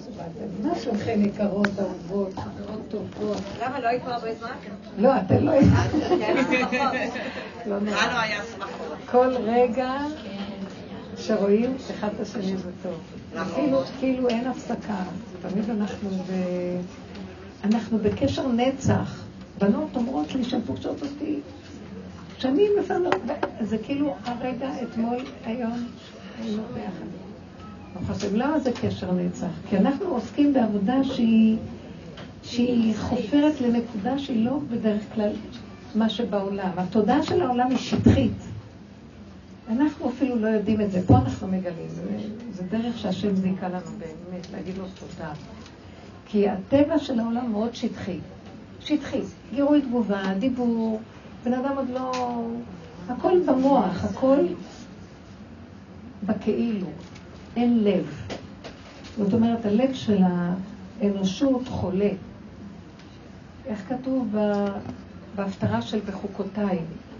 מה שלכן יקרות, אהובות, חברות טובות? למה לא היית פה הרבה זמן? לא, אתם לא הייתם. לא היה שמח. כל רגע שרואים אחד את השני זה טוב. כאילו אין הפסקה. תמיד אנחנו בקשר נצח. בנות אומרות לי שהן פוגשות אותי שנים לפעמים. זה כאילו הרגע, אתמול, היום, היינו ביחד. אני חושב, למה זה קשר נצח? כי אנחנו עוסקים בעבודה שהיא חופרת לנקודה שהיא לא בדרך כלל מה שבעולם. התודעה של העולם היא שטחית. אנחנו אפילו לא יודעים את זה. פה אנחנו מגלים. זה דרך שהשם זיקה לנו באמת, להגיד לו תודה. כי הטבע של העולם מאוד שטחי. שטחי. גירוי תגובה, דיבור, בן אדם עוד לא... הכל במוח, הכל בכאילו. אין לב. זאת אומרת, הלב של האנושות חולה. איך כתוב בהפטרה של בחוקותיי?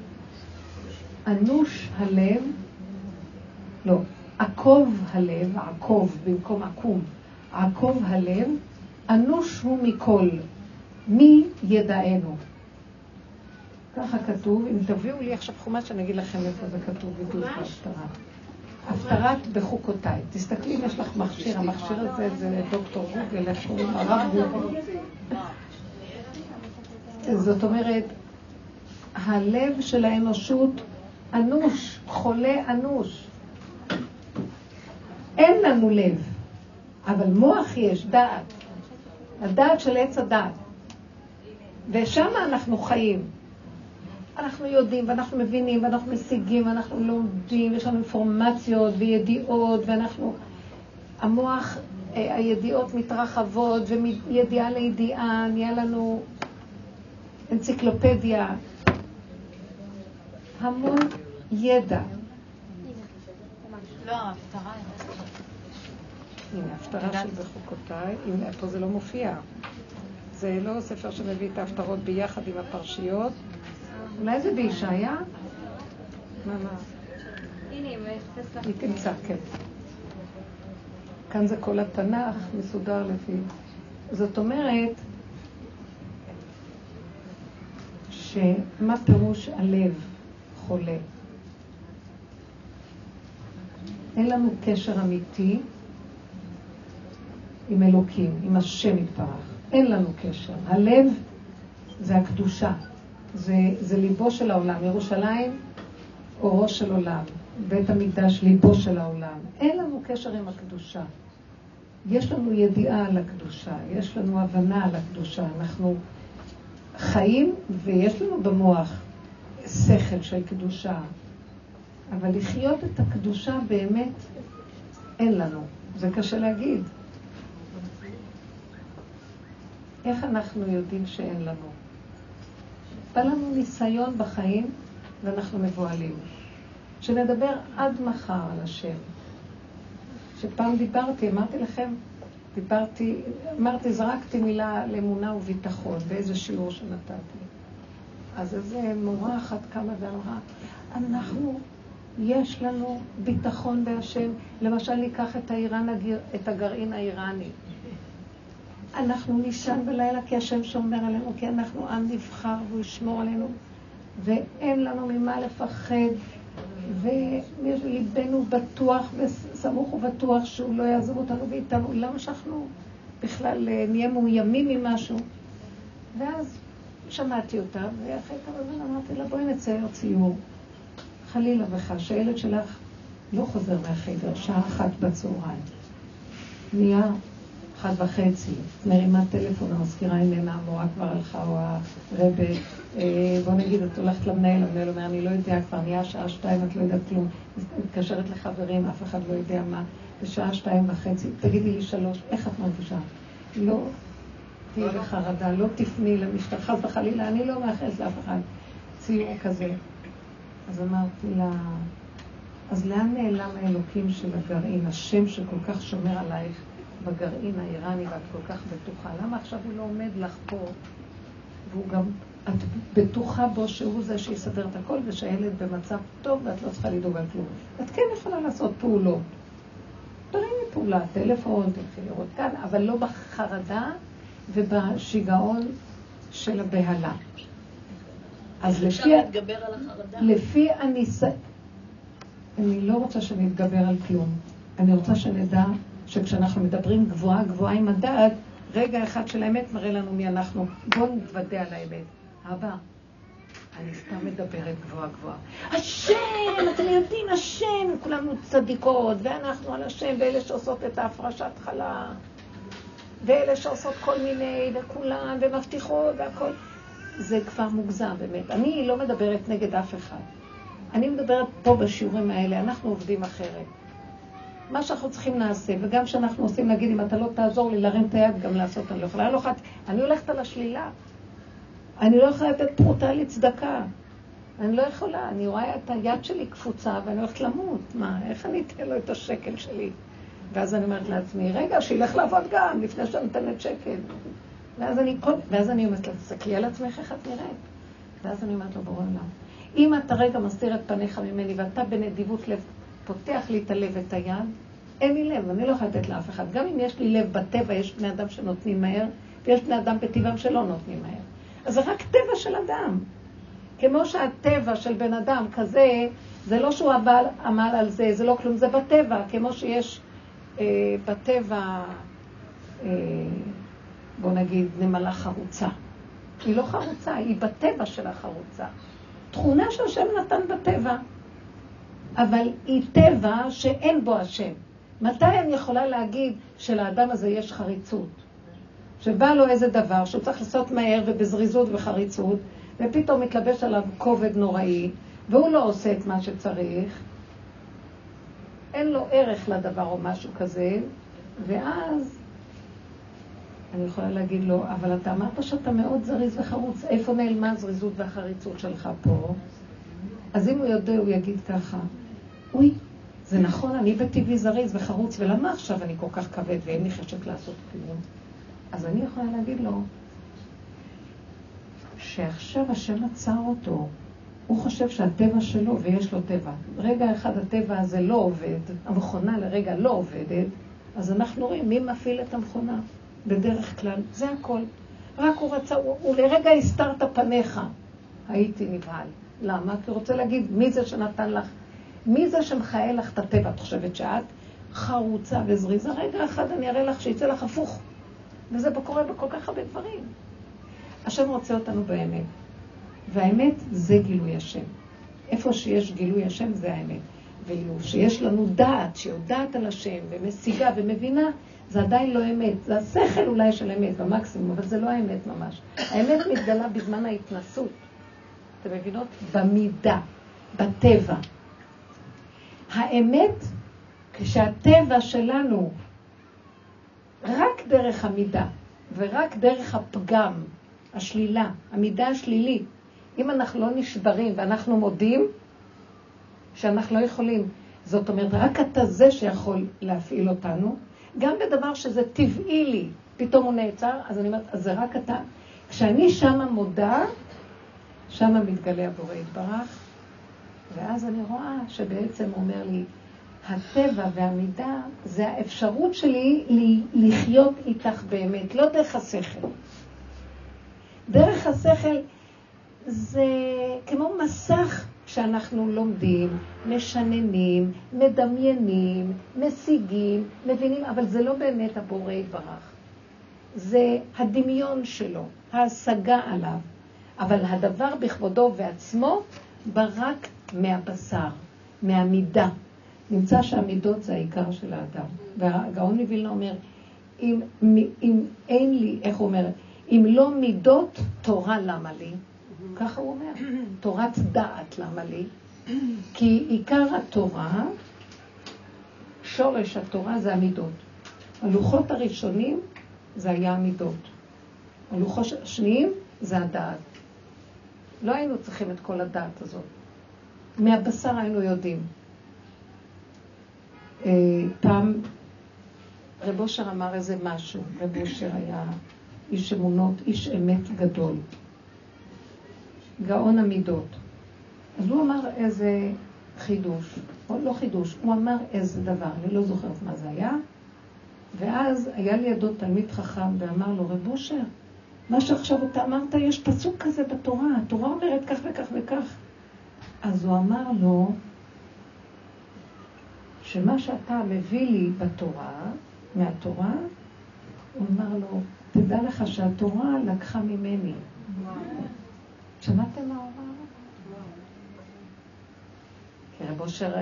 אנוש הלב, לא, עקוב הלב, עקוב במקום עקום, עקוב הלב, אנוש הוא מכל, מי ידענו. ככה כתוב, אם תביאו לי עכשיו חומש שאני אגיד לכם איפה זה כתוב בדיוק בהפטרה. הפטרת בחוקותיי. תסתכלי אם יש לך מכשיר, המכשיר הזה זה דוקטור גוגל, איך קוראים הרב גוגל. זאת אומרת, הלב של האנושות אנוש, חולה אנוש. אין לנו לב, אבל מוח יש, דעת. הדעת של עץ הדעת. ושם אנחנו חיים. אנחנו יודעים ואנחנו מבינים ואנחנו משיגים ואנחנו לומדים, יש לנו אינפורמציות וידיעות ואנחנו... המוח, הידיעות מתרחבות ומידיעה לידיעה, נהיה לנו אנציקלופדיה. המון ידע. לא, ההפטרה. הנה, ההפטרה של בחוקותיי, הנה, פה זה לא מופיע. זה לא ספר שמביא את ההפטרות ביחד עם הפרשיות. אולי זה בישעיה? מה? הנה, היא תמצא, כן. כאן זה כל התנ"ך מסודר לפי. זאת אומרת, שמה פירוש הלב חולה? אין לנו קשר אמיתי עם אלוקים, עם השם יתברך. אין לנו קשר. הלב זה הקדושה. זה ליבו של העולם. ירושלים, אורו של עולם. בית המקדש, ליבו של העולם. אין לנו קשר עם הקדושה. יש לנו ידיעה על הקדושה. יש לנו הבנה על הקדושה. אנחנו חיים ויש לנו במוח שכל של קדושה. אבל לחיות את הקדושה באמת אין לנו. זה קשה להגיד. איך אנחנו יודעים שאין לנו? בא לנו ניסיון בחיים ואנחנו מבועלים. שנדבר עד מחר על השם. שפעם אמרתי לכם, זרקתי מילה לאמונה וביטחון באיזה שיעור שנתתי. אז איזה מורה אחת כמה ואמרה, יש לנו ביטחון בהשם, למשל ניקח את הגרעין האיראני. אנחנו נישן בלילה כי השם שומר עלינו, כי אנחנו עם נבחר והוא ישמור עלינו, ואין לנו ממה לפחד, וליבנו בטוח וסמוך ובטוח שהוא לא יעזוב אותנו ואיתנו. למה שאנחנו בכלל נהיה מאוימים ממשהו? ואז שמעתי אותה, ואחרי כמה זמן אמרתי לה, בואי נצייר ציור. חלילה וחש, שהילד שלך לא חוזר מהחדר, שעה 1 בצהריים. נהיה 1:30, מרימה טלפון, המזכירה איננה, המורה כבר הלכה, או הרבה, בוא נגיד, את הולכת למנהל, המנהל אומר, אני לא יודע, כבר נהיה שעה 2, את לא יודעת כלום, מתקשרת לחברים, אף אחד לא יודע מה, בשעה 2:30, תגידי לי 3, איך את מרגישה? לא תהיי בחרדה, לא תפני למשטרה, חס וחלילה, אני לא מאחלת לאף אחד ציור כזה. אז אמרתי לה, אז לאן נעלם האלוקים של הגרעין, השם שכל כך שומר עלייך בגרעין האיראני ואת כל כך בטוחה? למה עכשיו הוא לא עומד לך פה והוא גם, את בטוחה בו שהוא זה שיסדר את הכל ושהילד במצב טוב ואת לא צריכה לדאוג על כלום. את כן יכולה לעשות פעולות. תרימי פעולה, טלפון, תלכי לראות כאן, אבל לא בחרדה ובשיגעון של הבהלה. אז לפי אני לא רוצה שנתגבר על כלום. אני רוצה שנדע שכשאנחנו מדברים גבוהה, גבוהה עם הדעת, רגע אחד של האמת מראה לנו מי אנחנו. בואו נתוודע על האמת. אבא, אני סתם מדברת גבוהה גבוהה. השם, אתם יודעים, השם, כולנו צדיקות, ואנחנו על השם, ואלה שעושות את ההפרשת חלה, ואלה שעושות כל מיני, וכולן, ומבטיחות, והכל. זה כבר מוגזם, באמת. אני לא מדברת נגד אף אחד. אני מדברת פה בשיעורים האלה, אנחנו עובדים אחרת. מה שאנחנו צריכים נעשה, וגם שאנחנו עושים, נגיד, אם אתה לא תעזור לי להרים את היד, גם לעשות, אני לא יכולה. אני הולכת על השלילה. אני לא יכולה לתת פרוטה לצדקה. אני לא יכולה. אני רואה את היד שלי קפוצה, ואני הולכת למות. מה, איך אני אתן לו את השקל שלי? ואז אני אומרת לעצמי, רגע, שילך לעבוד גם, לפני שאני נותנת שקל. ואז אני אומרת לה, תסתכלי על עצמך איך את נראית. ואז אני אומרת לו, ברור עולם. אם אתה רגע מסתיר את פניך ממני, ואתה בנדיבות לב, פותח לי את הלב ואת היד, אין לי לב, אני לא יכולה לתת לאף אחד. גם אם יש לי לב בטבע, יש בני אדם שנותנים מהר, ויש בני אדם בטבעם שלא נותנים מהר. אז זה רק טבע של אדם. כמו שהטבע של בן אדם כזה, זה לא שהוא עמל על זה, זה לא כלום, זה בטבע. כמו שיש בטבע, בוא נגיד, נמלה חרוצה. היא לא חרוצה, היא בטבע של החרוצה. תכונה שהשם נתן בטבע, אבל היא טבע שאין בו השם. מתי אני יכולה להגיד שלאדם הזה יש חריצות? שבא לו איזה דבר שהוא צריך לעשות מהר ובזריזות וחריצות, ופתאום מתלבש עליו כובד נוראי, והוא לא עושה את מה שצריך, אין לו ערך לדבר או משהו כזה, ואז אני יכולה להגיד לו, אבל אתה אמרת שאתה מאוד זריז וחרוץ, איפה נעלמה הזריזות והחריצות שלך פה? אז אם הוא יודע, הוא יגיד ככה, אוי, זה נכון, אני בטבעי זריז וחרוץ, ולמה עכשיו אני כל כך כבד ואין לי חשק לעשות כלום? אז אני יכולה להגיד לו, שעכשיו השם עצר אותו, הוא חושב שהטבע שלו ויש לו טבע. רגע אחד הטבע הזה לא עובד, המכונה לרגע לא עובדת, אז אנחנו רואים מי מפעיל את המכונה. בדרך כלל, זה הכל. רק הוא רצה, הוא לרגע הסתרת פניך. הייתי נבהל. למה? כי הוא רוצה להגיד, מי זה שנתן לך? מי זה שמחיה לך את הטבע? את חושבת שאת חרוצה וזריזה? רגע אחד אני אראה לך שיצא לך הפוך. וזה קורה בכל כך הרבה דברים. השם רוצה אותנו באמת. והאמת זה גילוי השם. איפה שיש גילוי השם זה האמת. ואילו שיש לנו דעת, שיודעת על השם ומשיגה ומבינה, זה עדיין לא אמת. זה השכל אולי של אמת במקסימום, אבל זה לא האמת ממש. האמת מתגלה בזמן ההתנסות. אתם מבינות? במידה, בטבע. האמת, כשהטבע שלנו רק דרך המידה ורק דרך הפגם, השלילה, המידה השלילית, אם אנחנו לא נשברים ואנחנו מודים שאנחנו לא יכולים, זאת אומרת, רק אתה זה שיכול להפעיל אותנו, גם בדבר שזה טבעי לי, פתאום הוא נעצר, אז אני אומרת, אז זה רק אתה. כשאני שמה מודה, שמה מתגלה הבורא יתברך, ואז אני רואה שבעצם הוא אומר לי, הטבע והמידה זה האפשרות שלי לחיות איתך באמת, לא דרך השכל. דרך השכל זה כמו מסך שאנחנו לומדים, משננים, מדמיינים, משיגים, מבינים, אבל זה לא באמת הבורא יתברך. זה הדמיון שלו, ההשגה עליו. אבל הדבר בכבודו ועצמו ברק מהבשר, מהמידה. נמצא שהמידות זה העיקר של האדם. והגאון מווילנה אומר, אם אין לי, איך הוא אומר, אם לא מידות, תורה למה לי? ככה הוא אומר, תורת דעת למה לי? כי עיקר התורה, שורש התורה זה המידות. הלוחות הראשונים זה היה המידות. הלוחות השניים זה הדעת. לא היינו צריכים את כל הדעת הזאת. מהבשר היינו יודעים. פעם רב אושר אמר איזה משהו. רב אושר היה איש אמונות, איש אמת גדול. גאון המידות. אז הוא אמר איזה חידוש. לא חידוש, הוא אמר איזה דבר, אני לא זוכרת מה זה היה, ואז היה לידו תלמיד חכם ואמר לו, רב אושר, מה שעכשיו אתה אמרת, יש פסוק כזה בתורה, התורה אומרת כך וכך וכך. אז הוא אמר לו, שמה שאתה מביא לי בתורה, מהתורה, הוא אמר לו, תדע לך שהתורה לקחה ממני. שמעתם מה הוא אמר? כי רב אושר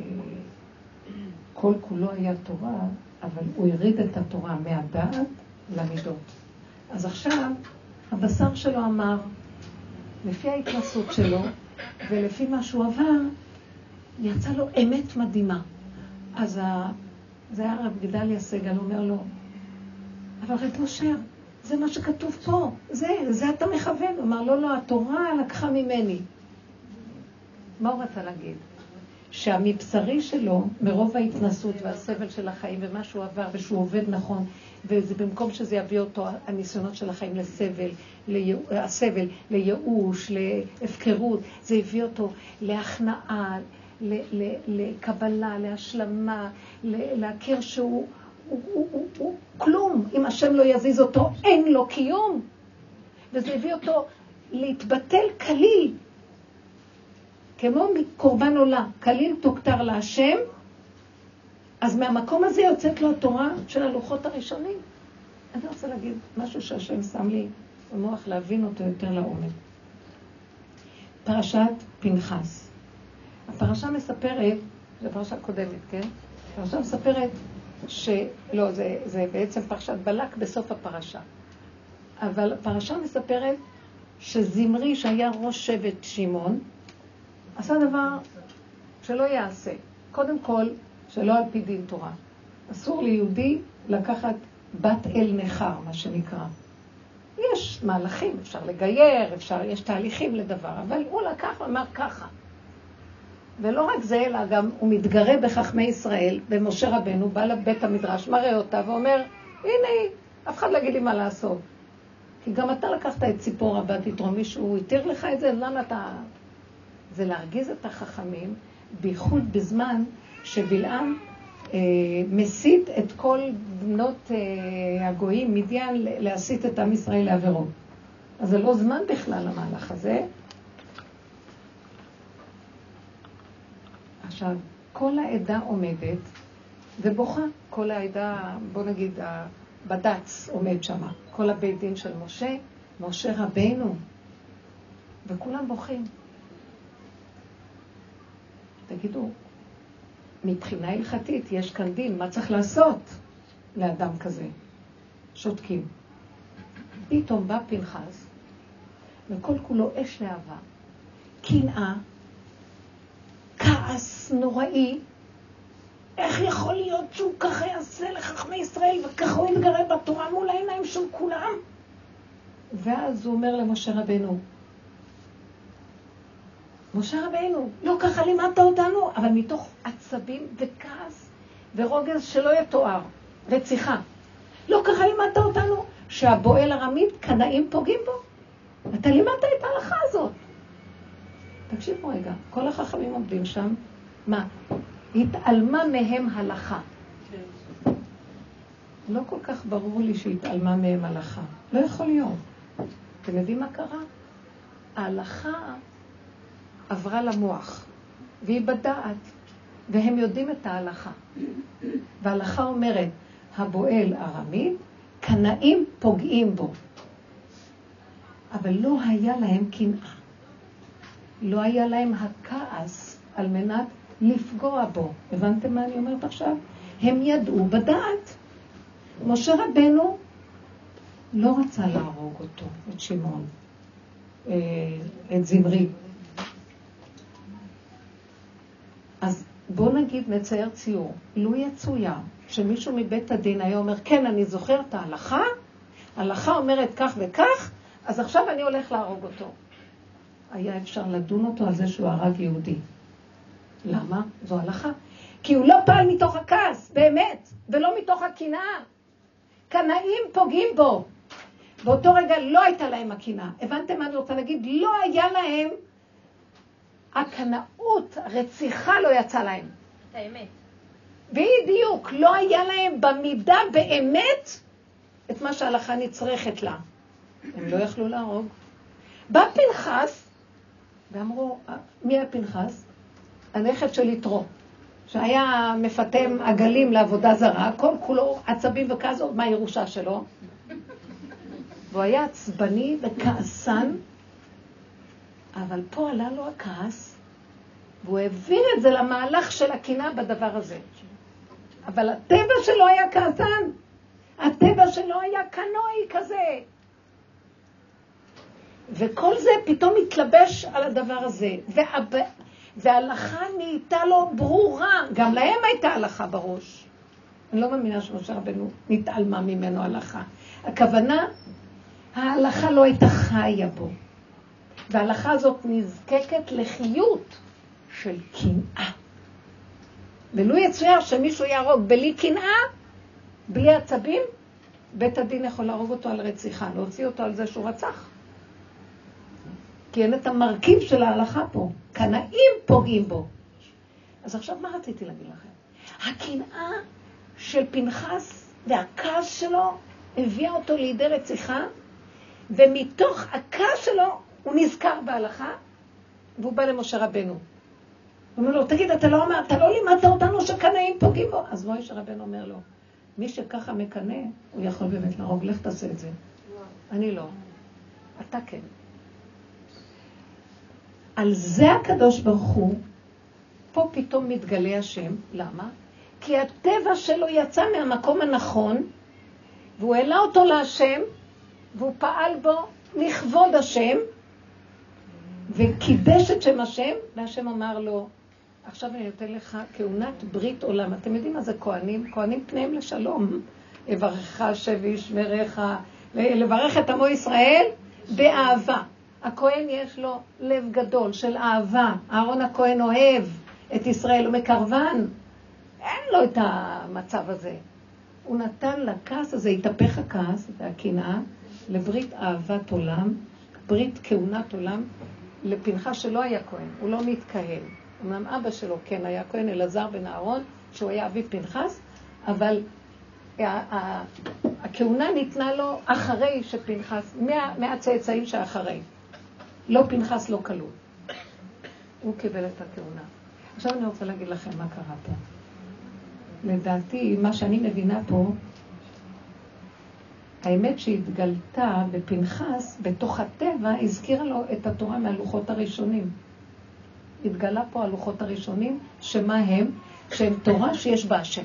כל כולו היה תורה, אבל הוא הריד את התורה מהדעת למידות. אז עכשיו הבשר שלו אמר, לפי ההתנסות שלו ולפי מה שהוא עבר, יצא לו אמת מדהימה. אז זה היה רב גדליה סגל, אומר לו, אבל רב אושר, זה מה שכתוב פה, זה אתה מכוון. הוא אמר, לא, התורה לקחה ממני. מה הוא רצה להגיד? שהמבשרי שלו, מרוב ההתנסות והסבל של החיים ומה שהוא עבר ושהוא עובד נכון, וזה במקום שזה יביא אותו, הניסיונות של החיים לסבל, הסבל, לייאוש, להפקרות, זה הביא אותו להכנעה, לקבלה, להשלמה, להכיר שהוא הוא כלום. אם השם לא יזיז אותו, אין לו קיום. וזה הביא אותו להתבטל כליל. כמו מקורבן עולה, כליל תוקטר להשם, אז מהמקום הזה יוצאת לו התורה של הלוחות הראשונים. אני רוצה להגיד משהו שהשם שם לי במוח להבין אותו יותר לעומק. פרשת פנחס. הפרשה מספרת, זו פרשה קודמת, כן? הפרשה מספרת לא, זה בעצם פרשת בלק בסוף הפרשה. אבל הפרשה מספרת שזמרי שהיה ראש שבט שמעון, עשה דבר שלא יעשה. קודם כל, שלא על פי דין תורה. אסור ליהודי לקחת בת אל נחר, מה שנקרא. יש מהלכים, אפשר לגייר, יש תהליכים לדבר, אבל הוא לקח ואמר ככה. ולא רק זה, אלא גם הוא מתגרה בחכמי ישראל, במשה רבנו, בא לבית המדרש, מראה אותה ואומר, הנה, אף אחד לא יגיד לי מה לעשות. כי גם אתה לקחת את ציפור הבת יתרום, מישהו התיר לך את זה, למה אתה... זה להרגיז את החכמים, בייחוד בזמן שבלעם מסית את כל בנות הגויים, מדיין, להסית את עם ישראל לעבירות. אז זה לא זמן בכלל המהלך הזה. עכשיו, כל העדה עומדת ובוכה. כל העדה, בוא נגיד, הבד"ץ עומד שם. כל הבית דין של משה רבנו. וכולם בוכים. תגידו, מבחינה הלכתית יש כאן דין, מה צריך לעשות לאדם כזה? שותקים. פתאום בא פנחס, וכל כולו אש להבה, קנאה, כעס נוראי, איך יכול להיות שהוא ככה יעשה לחכמי ישראל, וככה הוא יתגרה בתורה מול העיניים של כולם? ואז הוא אומר למשה רבנו, משה רבנו, לא ככה לימדת אותנו, אבל מתוך עצבים וכעס ורוגז שלא יתואר, רציחה. לא ככה לימדת אותנו, שהבועל הרמית, קנאים פוגעים בו. אתה לימדת את ההלכה הזאת. תקשיבו רגע, כל החכמים עומדים שם, מה? התעלמה מהם הלכה. לא כל כך ברור לי שהתעלמה מהם הלכה. לא יכול להיות. אתם יודעים מה קרה? ההלכה עברה למוח, והיא בדעת, והם יודעים את ההלכה. וההלכה אומרת, הבועל הרמית, קנאים פוגעים בו. אבל לא היה להם קנאה. לא היה להם הכעס על מנת לפגוע בו. הבנתם מה אני אומרת עכשיו? הם ידעו בדעת. משה רבנו לא רצה להרוג אותו, את שמעון, את זמרי. אז בוא נגיד נצייר ציור. לו יצויה שמישהו מבית הדין היה אומר, כן, אני זוכר את ההלכה, ההלכה אומרת כך וכך, אז עכשיו אני הולך להרוג אותו. היה אפשר לדון אותו על זה שהוא הרג יהודי. למה? זו הלכה. כי הוא לא פעל מתוך הכעס, באמת, ולא מתוך הקנאה. קנאים פוגעים בו. באותו רגע לא הייתה להם הקנאה. הבנתם מה אני רוצה להגיד? לא היה להם, הקנאות, הרציחה לא יצא להם. את האמת. בדיוק, לא היה להם במידה באמת את מה שההלכה נצרכת לה. הם לא יכלו להרוג. בא פנחס, ואמרו, מי הפנחס? הנכד של יתרו, שהיה מפתם עגלים לעבודה זרה, כל כולו עצבים וכעס, עוד מהירושה שלו. והוא היה עצבני וכעסן, אבל פה עלה לו הכעס, והוא העביר את זה למהלך של הקנאה בדבר הזה. אבל הטבע שלו היה כעסן, הטבע שלו היה קנואי כזה. וכל זה פתאום התלבש על הדבר הזה, וההלכה נהייתה לו ברורה, גם להם הייתה הלכה בראש. אני לא מאמינה שמשה רבנו נתעלמה ממנו הלכה. הכוונה, ההלכה לא הייתה חיה בו. וההלכה הזאת נזקקת לחיות של קנאה. ולו יצויר שמישהו יהרוג בלי קנאה, בלי עצבים, בית הדין יכול להרוג אותו על רציחה, להוציא אותו על זה שהוא רצח. כי אין את המרכיב של ההלכה פה. קנאים פוגעים בו. אז עכשיו מה רציתי להגיד לכם? הקנאה של פנחס והכעס שלו הביאה אותו לידי רציחה, ומתוך הכעס שלו הוא נזכר בהלכה, והוא בא למשה רבנו. הוא אומר לו, תגיד, אתה לא לימדת אותנו שקנאים פוגעים בו? אז משה רבנו אומר לו, מי שככה מקנא, הוא יכול באמת להרוג, לך תעשה את זה. אני לא. אתה כן. על זה הקדוש ברוך הוא, פה פתאום מתגלה השם. למה? כי הטבע שלו יצא מהמקום הנכון, והוא העלה אותו להשם, והוא פעל בו לכבוד השם, וקידש את שם השם, והשם אמר לו, עכשיו אני נותן לך כהונת ברית עולם. אתם יודעים מה זה כהנים? כהנים פניהם לשלום. יברכך השם וישמרך, לברך את עמו ישראל באהבה. הכהן יש לו לב גדול של אהבה. אהרון הכהן אוהב את ישראל, הוא מקרבן. אין לו את המצב הזה. הוא נתן לכעס הזה, התהפך הכעס והקנאה, לברית אהבת עולם, ברית כהונת עולם, לפנחס שלא היה כהן, הוא לא מתכהן. אמנם אבא שלו כן היה כהן, אלעזר בן אהרון, שהוא היה אבי פנחס, אבל הכהונה ניתנה לו אחרי שפנחס, מהצאצאים שאחרי. לא פנחס לא כלול. הוא קיבל את הכהונה. עכשיו אני רוצה להגיד לכם מה קרה פה. לדעתי, מה שאני מבינה פה, האמת שהתגלתה בפנחס, בתוך הטבע, הזכירה לו את התורה מהלוחות הראשונים. התגלה פה הלוחות הראשונים, שמה הם? שהם תורה שיש בה השם.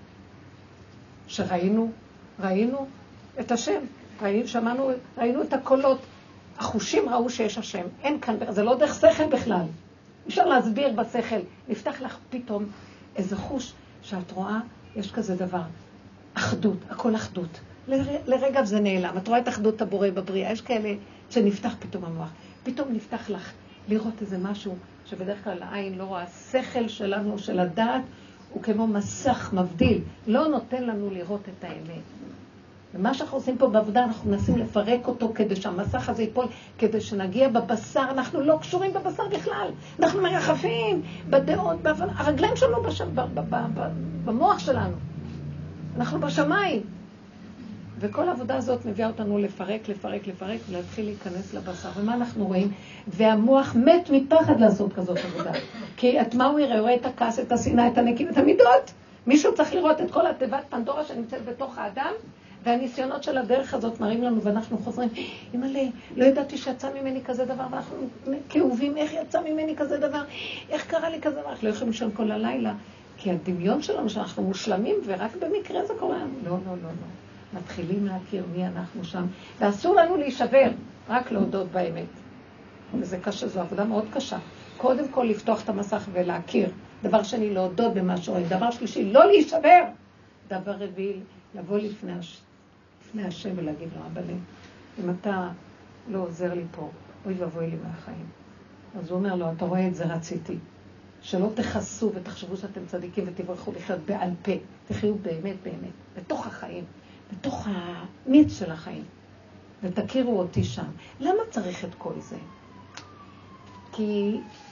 שראינו את השם, ראינו את הקולות, החושים ראו שיש השם. אין כאן, זה לא דרך שכל בכלל. אפשר להסביר בשכל, נפתח לך פתאום איזה חוש שאת רואה, יש כזה דבר, אחדות, הכל אחדות. לרגע זה נעלם, את רואה את אחדות הבורא בבריאה, יש כאלה שנפתח פתאום המוח, פתאום נפתח לך לראות איזה משהו שבדרך כלל העין לא רואה, השכל שלנו, של הדעת, הוא כמו מסך מבדיל, לא נותן לנו לראות את האמת. ומה שאנחנו עושים פה בעבודה, אנחנו מנסים לפרק אותו כדי שהמסך הזה ייפול, כדי שנגיע בבשר, אנחנו לא קשורים בבשר בכלל, אנחנו מרחפים בדעות, הרגליים שלנו במוח שלנו, אנחנו בשמיים. וכל העבודה הזאת מביאה אותנו לפרק, ולהתחיל להיכנס לבשר. ומה אנחנו רואים? והמוח מת מפחד לעשות כזאת עבודה. כי את מה הוא יראה? הוא רואה את הכעס, את השנאה, את הנקים, את המידות. מישהו צריך לראות את כל התיבת פנדורה שנמצאת בתוך האדם, והניסיונות של הדרך הזאת מראים לנו, ואנחנו חוזרים, אמא'לה, לא ידעתי שיצא ממני כזה דבר, ואנחנו כאובים, איך יצא ממני כזה דבר? איך קרה לי כזה דבר? אנחנו לא יכולים לישון כל הלילה, כי הדמיון שלנו שאנחנו מושלמים, ורק במקרה זה קורה. לא. מתחילים להכיר מי אנחנו שם, ואסור לנו להישבר, רק להודות באמת. וזה קשה, זו עבודה מאוד קשה. קודם כל לפתוח את המסך ולהכיר. דבר שני, להודות במשהו. דבר שלישי, לא להישבר. דבר רביעי, לבוא לפני השם ולהגיד לו, אבא לי, אם אתה לא עוזר לי פה, אוי ובואי לי מהחיים. אז הוא אומר לו, אתה רואה את זה רציתי. שלא תחסו ותחשבו שאתם צדיקים ותברכו לחיות בעל פה. תחיו באמת, בתוך החיים. בתוך המיץ של החיים, ותכירו אותי שם. למה צריך את כל זה? כי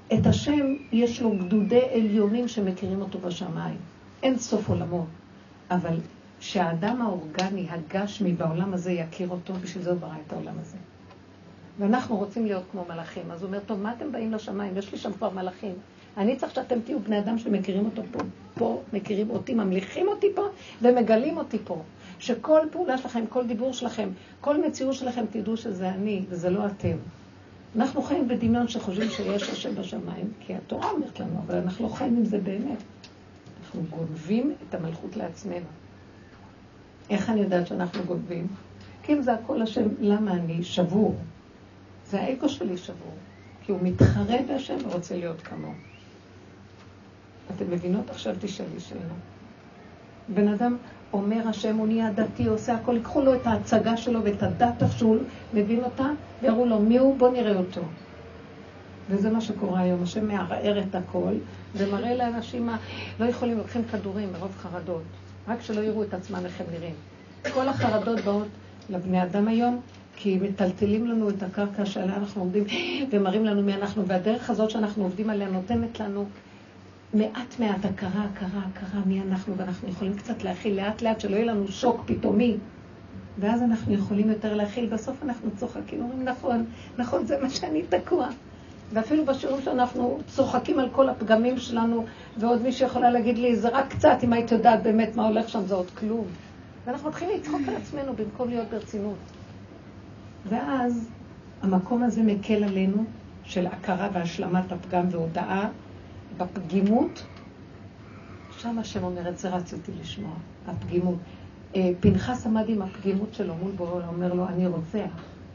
את השם יש לו גדודי עליונים שמכירים אותו בשמיים. אין סוף עולמו. אבל שהאדם האורגני, הגשמי בעולם הזה יכיר אותו, בשביל זה הוא ברא את העולם הזה. ואנחנו רוצים להיות כמו מלאכים. אז הוא אומר, טוב, מה אתם באים לשמיים? יש לי שם כבר מלאכים. אני צריך שאתם תהיו בני אדם שמכירים אותו פה. פה מכירים אותי, ממליכים אותי פה ומגלים אותי פה. שכל פעולה שלכם, כל דיבור שלכם, כל מציאות שלכם תדעו שזה אני וזה לא אתם. אנחנו חיים בדמיון שחושבים שיש השם בשמיים, כי התורה אומרת לנו, אבל אנחנו לא חיים עם זה באמת. אנחנו גונבים את המלכות לעצמנו. איך אני יודעת שאנחנו גונבים? כי אם זה הכל השם, למה אני שבור? זה האגו שלי שבור. כי הוא מתחרה בהשם ורוצה להיות כמוהו. אתם מבינות? עכשיו תשאלי שאלה. בן אדם אומר השם, הוא נהיה דתי, עושה הכל, ייקחו לו את ההצגה שלו ואת הדת שהוא מבין אותה, ויראו לו מי הוא, בוא נראה אותו. וזה מה שקורה היום, השם מערער את הכל, ומראה לאנשים לא יכולים, לוקחים כדורים מרוב חרדות, רק שלא יראו את עצמם איך הם נראים. כל החרדות באות לבני אדם היום, כי מטלטלים לנו את הקרקע שעליה אנחנו עובדים, ומראים לנו מי אנחנו, והדרך הזאת שאנחנו עובדים עליה נותנת לנו מעט הכרה מי אנחנו, ואנחנו יכולים קצת להכיל לאט לאט, שלא יהיה לנו שוק פתאומי, ואז אנחנו יכולים יותר להכיל. בסוף אנחנו צוחקים, אומרים נכון, זה מה שאני תקוע. ואפילו בשיעורים שאנחנו צוחקים על כל הפגמים שלנו, ועוד מישהו יכולה להגיד לי, זה רק קצת, אם היית יודעת באמת מה הולך שם, זה עוד כלום. ואנחנו מתחילים לצחוק על עצמנו במקום להיות ברצינות. ואז המקום הזה מקל עלינו של הכרה והשלמת הפגם והודעה בפגימות. שם השם אומר את זה, רציתי לשמוע, הפגימות. פנחס עמד עם הפגימות שלו מול בורא, אומר לו, אני רוצח.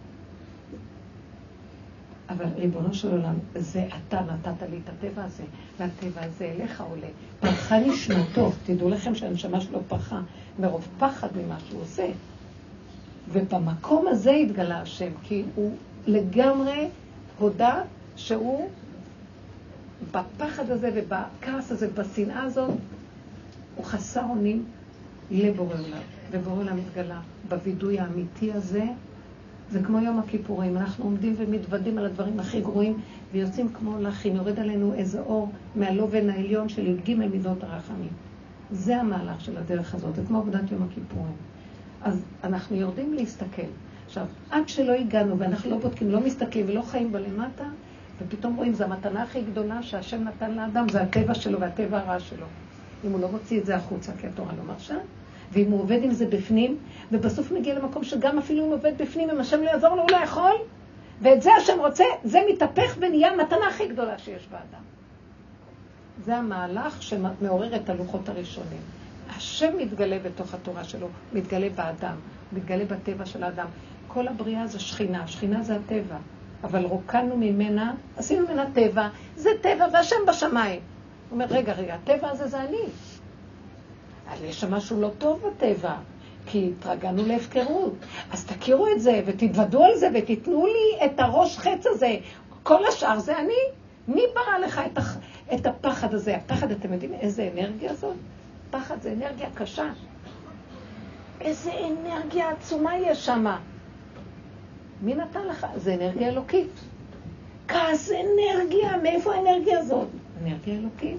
אבל ריבונו של עולם, זה אתה נתת לי את הטבע הזה, והטבע הזה אליך עולה. פרחה נשמתו, תדעו לכם שהנשמה שלו פרחה, מרוב פחד ממה שהוא עושה. ובמקום הזה התגלה השם, כי הוא לגמרי הודע שהוא בפחד הזה ובכעס הזה, בשנאה הזאת, הוא חסר אונים לבורא עולם. ובורא עולם התגלה בווידוי האמיתי הזה. זה כמו יום הכיפורים, אנחנו עומדים ומתוודים על הדברים הכי גרועים, ויוצאים כמו לחים, יורד עלינו איזה אור מהלובן העליון של י"ג מידות הרחמים. זה המהלך של הדרך הזאת, זה כמו עבודת יום הכיפורים. אז אנחנו יורדים להסתכל. עכשיו, עד שלא הגענו ואנחנו לא בודקים, לא מסתכלים ולא חיים בלמטה, ופתאום רואים, זו המתנה הכי גדולה שהשם נתן לאדם, זה הטבע שלו והטבע הרע שלו. אם הוא לא מוציא את זה החוצה, כי התורה לא מרשה, ואם הוא עובד עם זה בפנים, ובסוף מגיע למקום שגם אפילו אם עובד בפנים, אם השם לא יעזור לו, הוא לא יכול, ואת זה השם רוצה, זה מתהפך ונהיה המתנה הכי גדולה שיש באדם. זה המהלך שמעורר את הלוחות הראשונים. השם מתגלה בתוך התורה שלו, מתגלה באדם, מתגלה בטבע של האדם. כל הבריאה זה שכינה, שכינה זה הטבע, אבל רוקנו ממנה, עשינו ממנה טבע, זה טבע והשם בשמיים. הוא אומר, רגע, הטבע הזה זה אני. אבל יש שם משהו לא טוב בטבע, כי התרגלנו להפקרות. אז תכירו את זה ותתוודו על זה ותיתנו לי את הראש חץ הזה. כל השאר זה אני. מי ברא לך את הפחד הזה? הפחד, אתם יודעים איזה אנרגיה זאת? פחד זה אנרגיה קשה. איזה אנרגיה עצומה יש שם. מי נתן לך? זה אנרגיה אלוקית. כעס אנרגיה, מאיפה האנרגיה הזאת? אנרגיה אלוקית.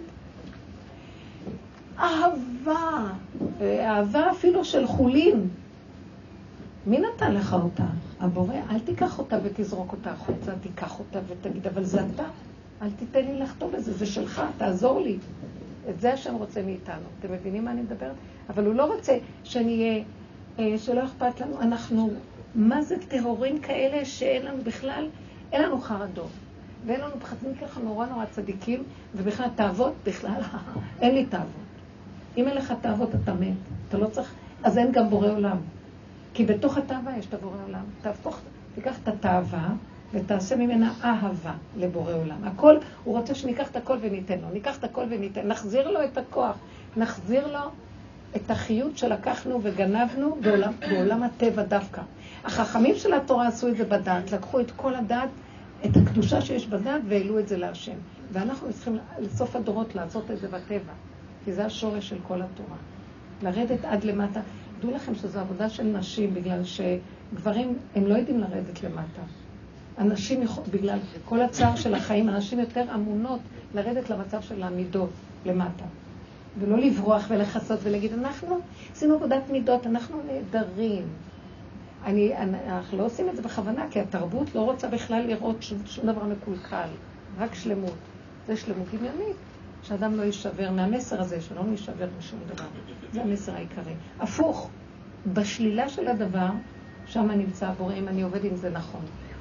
אהבה, אהבה אפילו של חולין. מי נתן לך אותה? הבורא, אל תיקח אותה ותזרוק אותה החוצה, תיקח אותה ותגיד, אבל זה אתה. אל תיתן לי לחתום בזה, זה שלך, תעזור לי. את זה השם רוצה מאיתנו. אתם מבינים מה אני מדברת? אבל הוא לא רוצה שנהיה, שלא אכפת לנו. אנחנו, מה זה טהורים כאלה שאין לנו בכלל, אין לנו חרדות. ואין לנו פחדים ככה נורא צדיקים, ובכלל תאוות, בכלל, אין לי תאוות. אם אין לך תאוות אתה מת, אתה לא צריך, אז אין גם בורא עולם. כי בתוך התאווה יש את הבורא עולם. תיקח את התאווה ותעשה ממנה אהבה לבורא עולם. הכל, הוא רוצה שניקח את הכל וניתן לו. ניקח את הכל וניתן, נחזיר לו את הכוח, נחזיר לו את החיות שלקחנו וגנבנו בעולם הטבע דווקא. החכמים של התורה עשו את זה בדעת, לקחו את כל הדעת, את הקדושה שיש בדעת והעלו את זה להשם. ואנחנו צריכים לסוף הדורות לעשות את זה בטבע. כי זה השורש של כל התורה. לרדת עד למטה. דעו לכם שזו עבודה של נשים, בגלל שגברים הם לא יודעים לרדת למטה. אנשים, בגלל כל הצער של החיים, אנשים יותר אמונות לרדת למצב של המידות למטה. ולא לברוח ולחסות ולהגיד, אנחנו עשינו עבודת מידות, אנחנו נהדרים. אנחנו לא עושים את זה בכוונה, כי התרבות לא רוצה בכלל לראות שום דבר מקולקל, רק שלמות. זה שלמות דמיונית, שאדם לא יישבר מהמסר הזה, שלא יישבר משום דבר. זה המסר העיקרי. הפוך, בשלילה של הדבר, שם נמצא הבורא, אם אני עובד עם זה נכון.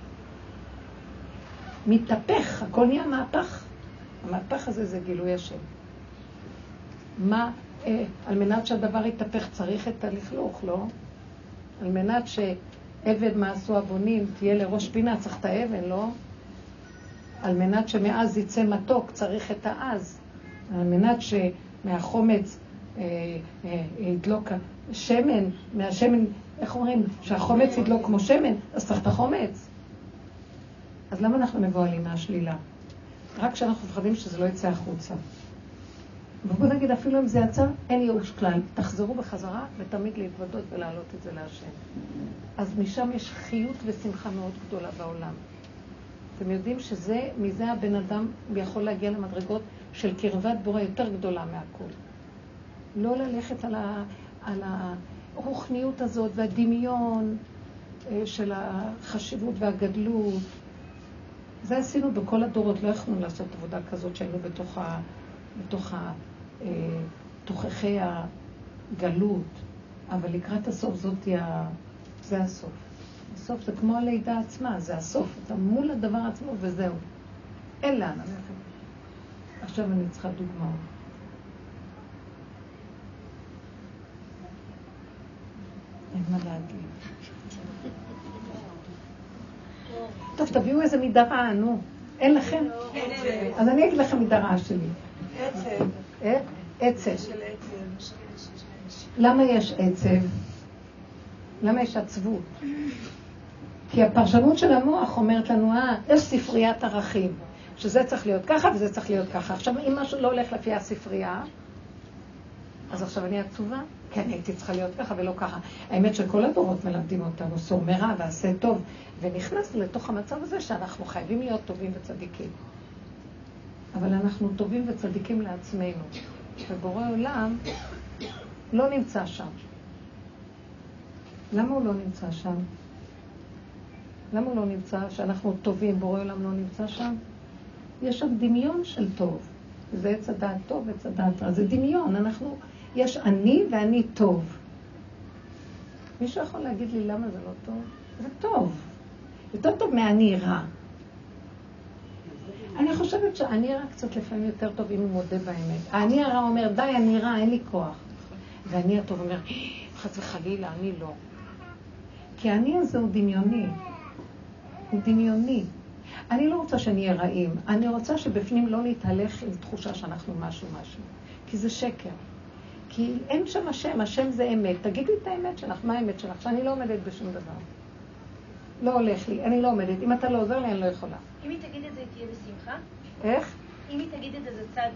מתהפך, הכל נהיה מהפך. המהפך הזה זה גילוי השם. על מנת שהדבר יתהפך צריך את הלכלוך, לא? על מנת שעבד מעשו הבונים תהיה לראש פינה, צריך את האבן, לא? על מנת שמאז יצא מתוק צריך את העז. על מנת שמהחומץ ידלוק שמן, מהשמן, איך אומרים? שהחומץ ידלוק כמו שמן, אז צריך את החומץ. אז למה אנחנו מבועלים מהשלילה? רק כשאנחנו מפחדים שזה לא יצא החוצה. ובוא נגיד, אפילו אם זה יצא, אין ייאוש כלל. תחזרו בחזרה ותמיד להתוודות ולהעלות את זה להשם. אז משם יש חיות ושמחה מאוד גדולה בעולם. אתם יודעים מזה הבן אדם יכול להגיע למדרגות של קרבת בורא יותר גדולה מהכל. לא ללכת על הרוחניות הזאת והדמיון של החשיבות והגדלות. זה עשינו בכל הדורות, לא יכולנו לעשות עבודה כזאת שהיינו בתוך תוכחי הגלות, אבל לקראת הסוף זה הסוף. הסוף זה כמו הלידה עצמה, זה הסוף. אתה מול הדבר עצמו וזהו. אין לאן ללכת. עכשיו אני צריכה דוגמאות. אין מה להגיד. טוב, תביאו איזה מדרה, נו. אין לכם? אז אני אגיד לכם מדרה שלי. עצב. עצב. של עצב. למה יש עצב? למה יש עצבות? כי הפרשנות של המוח אומרת לנו, יש ספריית ערכים, שזה צריך להיות ככה וזה צריך להיות ככה. עכשיו, אם משהו לא הולך לפי הספרייה, אז עכשיו אני עצובה, כי אני הייתי צריכה להיות ככה ולא ככה. האמת שכל הדורות מלמדים אותנו, סור מרע ועשה טוב, ונכנסנו לתוך המצב הזה שאנחנו חייבים להיות טובים וצדיקים. אבל אנחנו טובים וצדיקים לעצמנו, ובורא עולם לא נמצא שם. למה הוא לא נמצא שם? למה הוא לא נמצא? שאנחנו טובים, בורא עולם לא נמצא שם? יש שם דמיון של טוב. זה עץ הדעת טוב, עץ הדעת רע. זה דמיון. יש אני ואני טוב. מישהו יכול להגיד לי למה זה לא טוב? זה טוב. יותר טוב מהאני רע. אני חושבת שהאני רע קצת לפעמים יותר טוב אם הוא מודה באמת. האני הרע אומר, די, אני רע, אין לי כוח. ואני הטוב אומר, חס וחלילה, אני לא. כי האני הזה הוא דמיוני. הוא דמיוני. אני לא רוצה שנהיה רעים. אני רוצה שבפנים לא נתהלך עם תחושה שאנחנו משהו. כי זה שקר. כי אין שם השם, השם זה אמת. תגידי את האמת שלך, מה האמת שלך? שאני לא עומדת בשום דבר. לא הולך לי, אני לא עומדת. אם אתה לא עוזר לי, אני לא יכולה. אם היא תגיד את זה, היא תהיה בשמחה? איך? אם היא תגיד את זה, זה צד...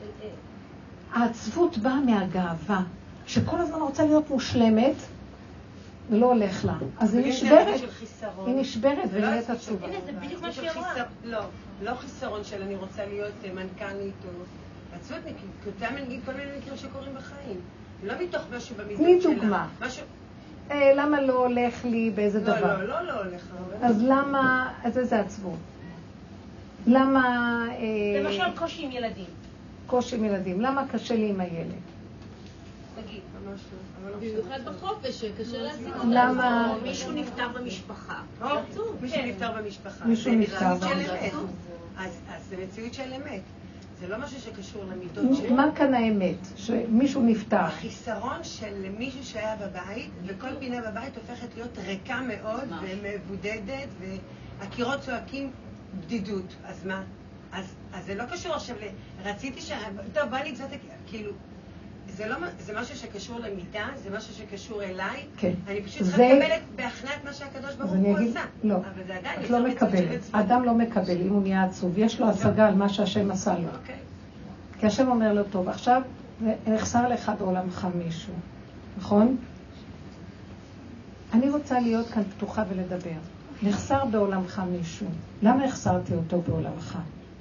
העצבות באה מהגאווה, שכל הזמן רוצה להיות מושלמת, ולא הולך לה. אז היא נשברת. היא נשברת ונהיית עצובה. הנה, זה בדיוק מה שהיא אמרה. לא חיסרון של אני רוצה להיות מנכ"לית או עצבות, כי אותם נגיד כל מיני מקרים שקורים בחיים. לא מתוך משהו במידות שלה. תני דוגמה. למה לא הולך לי באיזה דבר? לא הולך. אז למה, אז איזה עצבות? למה... למשל קושי עם ילדים. קושי עם ילדים. למה קשה לי עם הילד? תגיד. ממש לא. במיוחד בחופש, קשה להשיג אותה. למה? מישהו נפטר במשפחה. מישהו נפטר במשפחה. מישהו נפטר במשפחה. אז זה מציאות של אמת. זה לא משהו שקשור למידות שלו. מה כאן האמת? שמישהו נפטר. החיסרון של מישהו שהיה בבית, וכל פינה בבית הופכת להיות ריקה מאוד ומבודדת, והקירות צועקים בדידות. אז מה? אז זה לא קשור עכשיו רציתי טוב, בוא נגזות, כאילו, זה משהו שקשור למידה, זה משהו שקשור אליי. כן. אני פשוט צריכה לקבל בהכנעה את מה שהקדוש ברוך הוא עשה. לא, את לא מקבלת. האדם לא מקבל, אם הוא נהיה עצוב. יש לו השגה על מה שהשם עשה לו. כי השם אומר לו, טוב, עכשיו נחסר לך בעולמך מישהו. נכון? אני רוצה להיות כאן פתוחה ולדבר. נחסר בעולמך מישהו. למה החסרתי אותו בעולמך?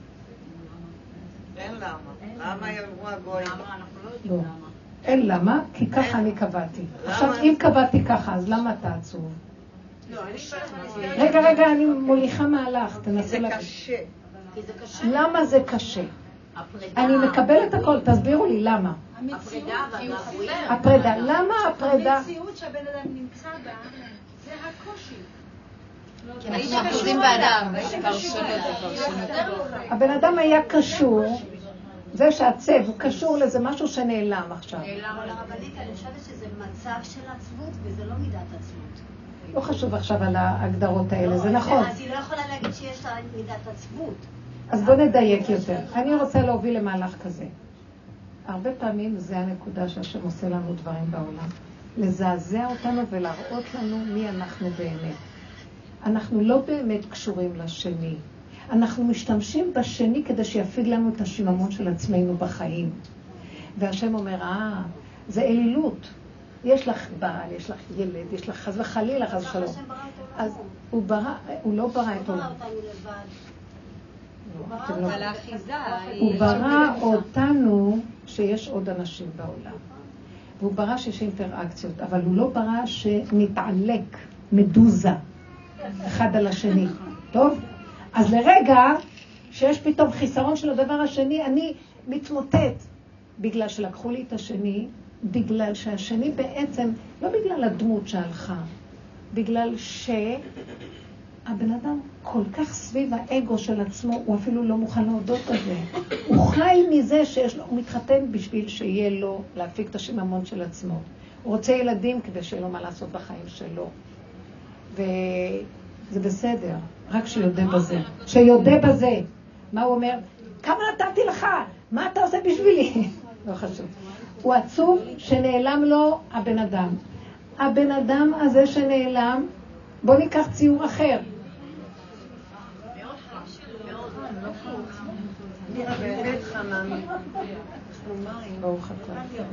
אין למה. למה יאמרו הגויים? למה? אנחנו לא יודעים למה. אין למה, כי ככה אני קבעתי. עכשיו, אם קבעתי ככה, אז למה אתה עצוב? לא, אני שואלת. רגע, אני מוליכה מהלך, תנסו זה להגיד. קשה. כי זה קשה. למה זה קשה? הפרידה. אני מקבלת הכל, תסבירו לי למה. הפרידה והגעגועים. הפרידה, למה הפרידה? המציאות שהבן אדם נמצא בה, זה הקושי. כי אנחנו אחוזים באדם. פרשנות. הבן אדם היה קשור, זה שהצב הוא קשור לזה משהו שנעלם עכשיו. אבל הרבנית, אני חושבת שזה מצב של עצבות וזה לא מידת עצבות. לא חשוב עכשיו על ההגדרות האלה, זה נכון. אז היא לא יכולה להגיד שיש לה מידת עצבות. אז בוא נדייק יותר. אני רוצה להוביל למהלך כזה. הרבה פעמים זה הנקודה שהשם עושה לנו דברים בעולם. לזעזע אותנו ולהראות לנו מי אנחנו באמת. אנחנו לא באמת קשורים לשני. אנחנו משתמשים בשני כדי שיפיג לנו את השיממון של עצמנו בחיים. והשם אומר, זה אלילות. יש לך בעל, יש לך ילד, יש לך חס וחלילה, חס ושלום. אז הוא לא ברא את עולם. על האחיזה. הוא ברא אותנו שיש עוד אנשים בעולם. והוא ברא שיש אינטראקציות, אבל הוא לא ברא שנתעלק, מדוזה, אחד על השני. טוב? אז לרגע שיש פתאום חיסרון של הדבר השני, אני מתמוטט. בגלל שלקחו לי את השני, בגלל שהשני בעצם, לא בגלל הדמות שהלכה, בגלל שהבן אדם כל כך סביב האגו של עצמו, הוא אפילו לא מוכן להודות בזה. הוא חי מזה שיש לו, הוא מתחתן בשביל שיהיה לו להפיק את השיממון של עצמו. הוא רוצה ילדים כדי שיהיה לו מה לעשות בחיים שלו. וזה בסדר, רק שיודה בזה. שיודה בזה. מה הוא אומר? כמה נתתי לך? מה אתה עושה בשבילי? לא חשוב. הוא עצוב שנעלם לו הבן אדם. הבן אדם הזה שנעלם, בוא ניקח ציור אחר. באמת חממי. ברוך אתה.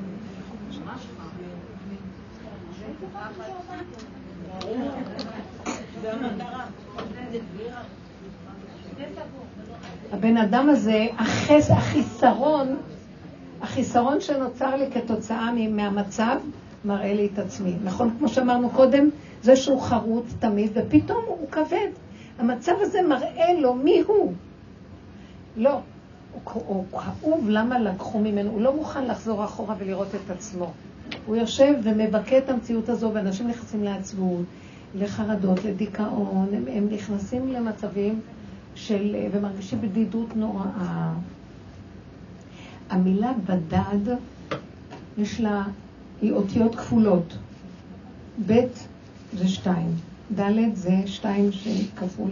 הבן אדם הזה, החיסרון שנוצר לי כתוצאה מהמצב, מראה לי את עצמי. נכון? כמו שאמרנו קודם, זה שהוא חרוץ תמיד, ופתאום הוא כבד. המצב הזה מראה לו מי הוא. לא. הוא כאוב למה לקחו ממנו. הוא לא מוכן לחזור אחורה ולראות את עצמו. הוא יושב ומבקע את המציאות הזו, ואנשים נכנסים לעצבות, לחרדות, לדיכאון. הם נכנסים למצבים ומרגישים בדידות נוראה. המילה בדד, היא אותיות כפולות. ב' זה 2, ד' זה 2 שכפול.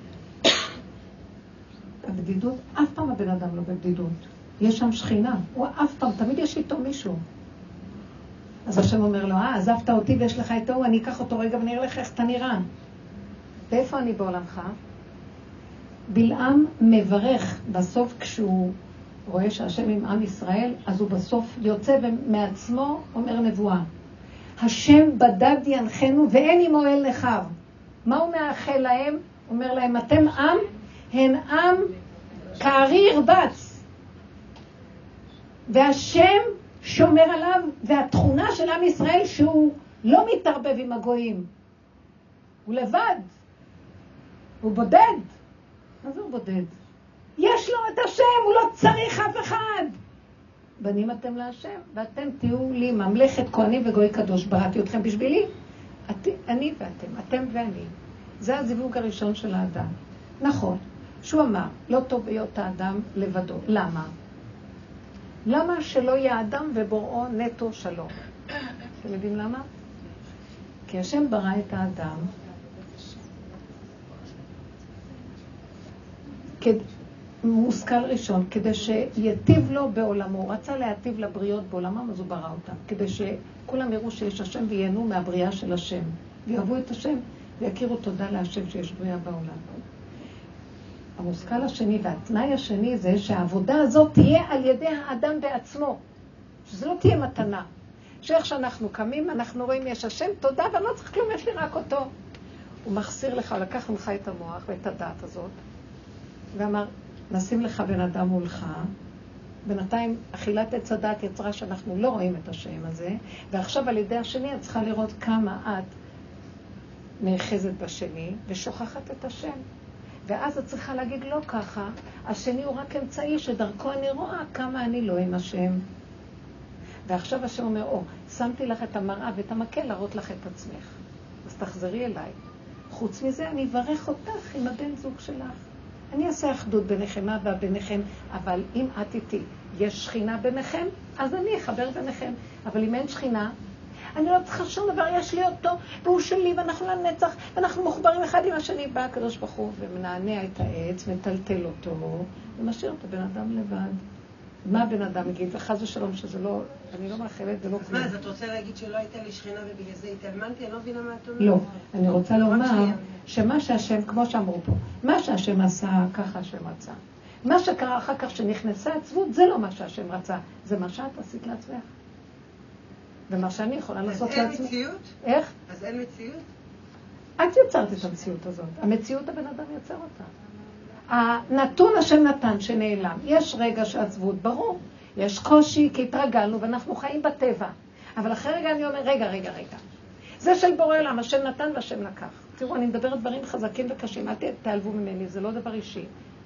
הבדידות, אף פעם הבן אדם לא בבדידות. יש שם שכינה, הוא אף פעם, תמיד יש איתו מישהו. אז השם אומר לו, עזבת אותי ויש לך איתו, אני אקח אותו רגע ונראה לך איך אתה נראה. ואיפה אני בעולמך? בלעם מברך בסוף כשהוא רואה שהשם עם עם ישראל, אז הוא בסוף יוצא ומעצמו אומר נבואה. השם בדד ינחנו ואין עמו אל נחר. מה הוא מאחל להם? אומר להם, אתם עם, הן עם כארי ירבץ. והשם שומר עליו, והתכונה של עם ישראל שהוא לא מתערבב עם הגויים. הוא לבד. הוא בודד. מה זה הוא בודד? יש לו את השם, הוא לא צריך אף אחד. בנים אתם להשם, ואתם תהיו לי ממלכת כהנים וגוי קדוש, בראתי אתכם בשבילי. אני ואתם, אתם ואני. זה הזיווג הראשון של האדם. נכון, שהוא אמר, לא טוב להיות האדם לבדו. למה? למה שלא יהיה האדם ובוראו נטו שלום? אתם יודעים למה? כי השם ברא את האדם מושכל ראשון, כדי שיטיב לו בעולמו. הוא רצה להטיב לבריות בעולמם, אז הוא ברא אותם. כדי שכולם יראו שיש השם וייהנו מהבריאה של השם. ויאהבו את השם ויכירו תודה להשם שיש בריאה בעולם. המושכל השני והתנאי השני זה שהעבודה הזאת תהיה על ידי האדם בעצמו. שזה לא תהיה מתנה. שאיך שאנחנו קמים, אנחנו רואים יש השם תודה, ואני לא צריך כלום, יש לי רק אותו. הוא מחסיר לך, לקח ממך את המוח ואת הדעת הזאת, ואמר, נשים לך בן אדם מולך, בינתיים אכילת עץ הדעת יצרה שאנחנו לא רואים את השם הזה, ועכשיו על ידי השני את צריכה לראות כמה את נאחזת בשני ושוכחת את השם. ואז את צריכה להגיד לא ככה, השני הוא רק אמצעי שדרכו אני רואה כמה אני לא עם השם. ועכשיו השם אומר, שמתי לך את המראה ואת המקל להראות לך את עצמך. אז תחזרי אליי. חוץ מזה אני אברך אותך עם הבן זוג שלך. אני אעשה אחדות ביניכם וביניכם, אבל אם את איתי יש שכינה ביניכם, אז אני אחבר ביניכם. אבל אם אין שכינה, אני לא צריכה שום דבר, יש לי אותו, והוא שלי, ואנחנו לנצח, ואנחנו מוחברים אחד עם השני. בא הקדוש ברוך הוא ומנענע את העץ, מטלטל אותו, ומשאיר את הבן אדם לבד. מה הבן אדם יגיד? וחס ושלום שזה לא, אני לא מאחלת ולא אז כלום. מה, אז את רוצה להגיד שלא הייתה לי שכינה ובגלל זה התאלמנתי? אני לא מבינה מה את אומרת. לא, אני רוצה לומר שמה שהשם, כמו שאמרו פה, מה שהשם עשה, ככה השם רצה. מה שקרה אחר כך שנכנסה עצבות, זה לא מה שהשם רצה, זה מה שאת עשית לעצמך. ומה שאני יכולה לעשות לעצמך. אז אין מציאות? איך? אז אין מציאות? את יצרת את המציאות הזאת. המציאות הבן אדם יוצר אותה. הנתון השם נתן שנעלם. יש רגע שעצבות, ברור. יש קושי כי התרגלנו ואנחנו חיים בטבע. אבל אחרי רגע אני אומר, רגע. זה של בורא עולם, השם נתן והשם לקח. תראו, אני מדברת דברים חזקים וקשים. אל תעלבו ממני, זה לא דבר אישי.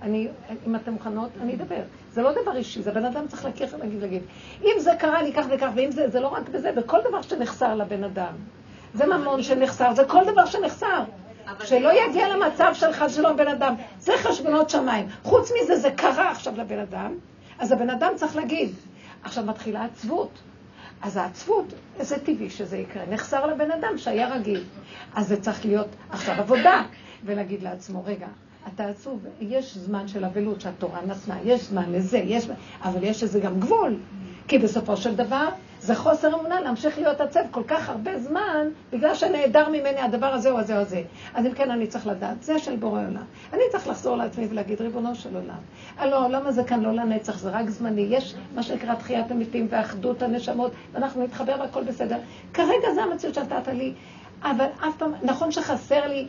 אם אתם מוכנות, אני אדבר. זה לא דבר אישי, זה בן אדם צריך להגיד. אם זה קרה לי כך וכך, ואם זה לא רק בזה, בכל דבר שנחסר לבן אדם. זה ממון שנחסר, זה כל דבר שנחסר. שלא יגיע למצב של חד שלום בן אדם. זה חשבונות שמיים. חוץ מזה, זה קרה עכשיו לבן אדם, אז הבן אדם צריך להגיד. עכשיו מתחילה עצבות. אז העצבות, זה טבעי שזה יקרה. נחסר לבן אדם שהיה רגיל. אז זה צריך להיות עכשיו עבודה. ולהגיד לעצמו, רגע, אתה עצוב, יש זמן של אבלות שהתורה נתנה, יש זמן לזה, אבל יש לזה גם גבול. כי בסופו של דבר, זה חוסר אמונה להמשיך להיות עצב כל כך הרבה זמן, בגלל שנעדר ממני הדבר הזה או הזה או הזה. אז אם כן, אני צריך לדעת, זה של בורא עולם. אני צריך לחזור לעצמי ולהגיד, ריבונו של עולם. העולם הזה כאן לא לנצח, זה רק זמני. יש מה שנקרא תחיית המתים ואחדות הנשמות, ואנחנו נתחבר והכל בסדר. כרגע זה המציאות שנתת לי, אבל אף פעם, נכון שחסר לי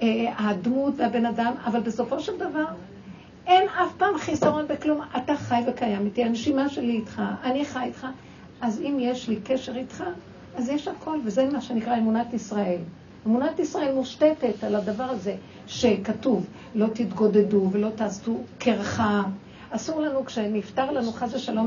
הדמות והבן אדם, אבל בסופו של דבר, אין אף פעם חיסרון בכלום. אתה חי וקיים איתי, הנשימה שלי איתך, אני חי איתך. אז אם יש לי קשר איתך, אז יש הכל, וזה מה שנקרא אמונת ישראל. אמונת ישראל מושתתת על הדבר הזה שכתוב, לא תתגודדו ולא תעשו קרחה. אסור לנו, כשנפטר לנו חס ושלום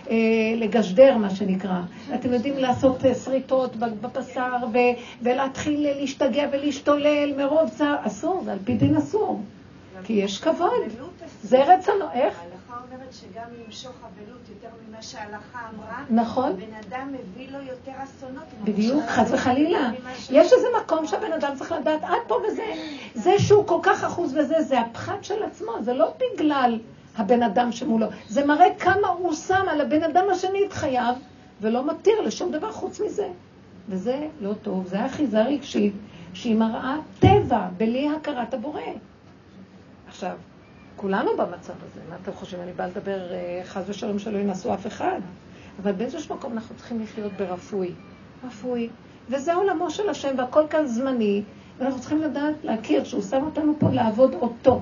לגשדר, מה שנקרא. אתם יודעים לעשות שריטות בבשר ולהתחיל להשתגע ולהשתולל מרוב צער. אסור, זה על פי דין אסור. כי יש כבוד. זה רצונו. איך? ההלכה אומרת שגם למשוך אבלות יותר ממה שההלכה אמרה, נכון. בן אדם מביא לו יותר אסונות. בדיוק, חס וחלילה. יש איזה מקום שהבן אדם צריך לדעת עד פה וזה. זה שהוא כל כך אחוז בזה, זה הפחד של עצמו. זה לא בגלל הבן אדם שמולו. זה מראה כמה הוא שם על הבן אדם השני את חייו, ולא מתיר לשום דבר חוץ מזה. וזה לא טוב. זה אחיזה רגשית שהיא מראה טבע בלי הכרת הבורא. עכשיו, כולנו במצב הזה. מה אתם חושבים? אני באה לדבר חס ושלום שלא ינסו אף אחד. אבל באיזשהו מקום אנחנו צריכים לחיות ברפוי. רפוי. וזה עולמו של השם, והכל כאן זמני. ואנחנו צריכים לדעת, להכיר שהוא שם אותנו פה לעבוד אותו.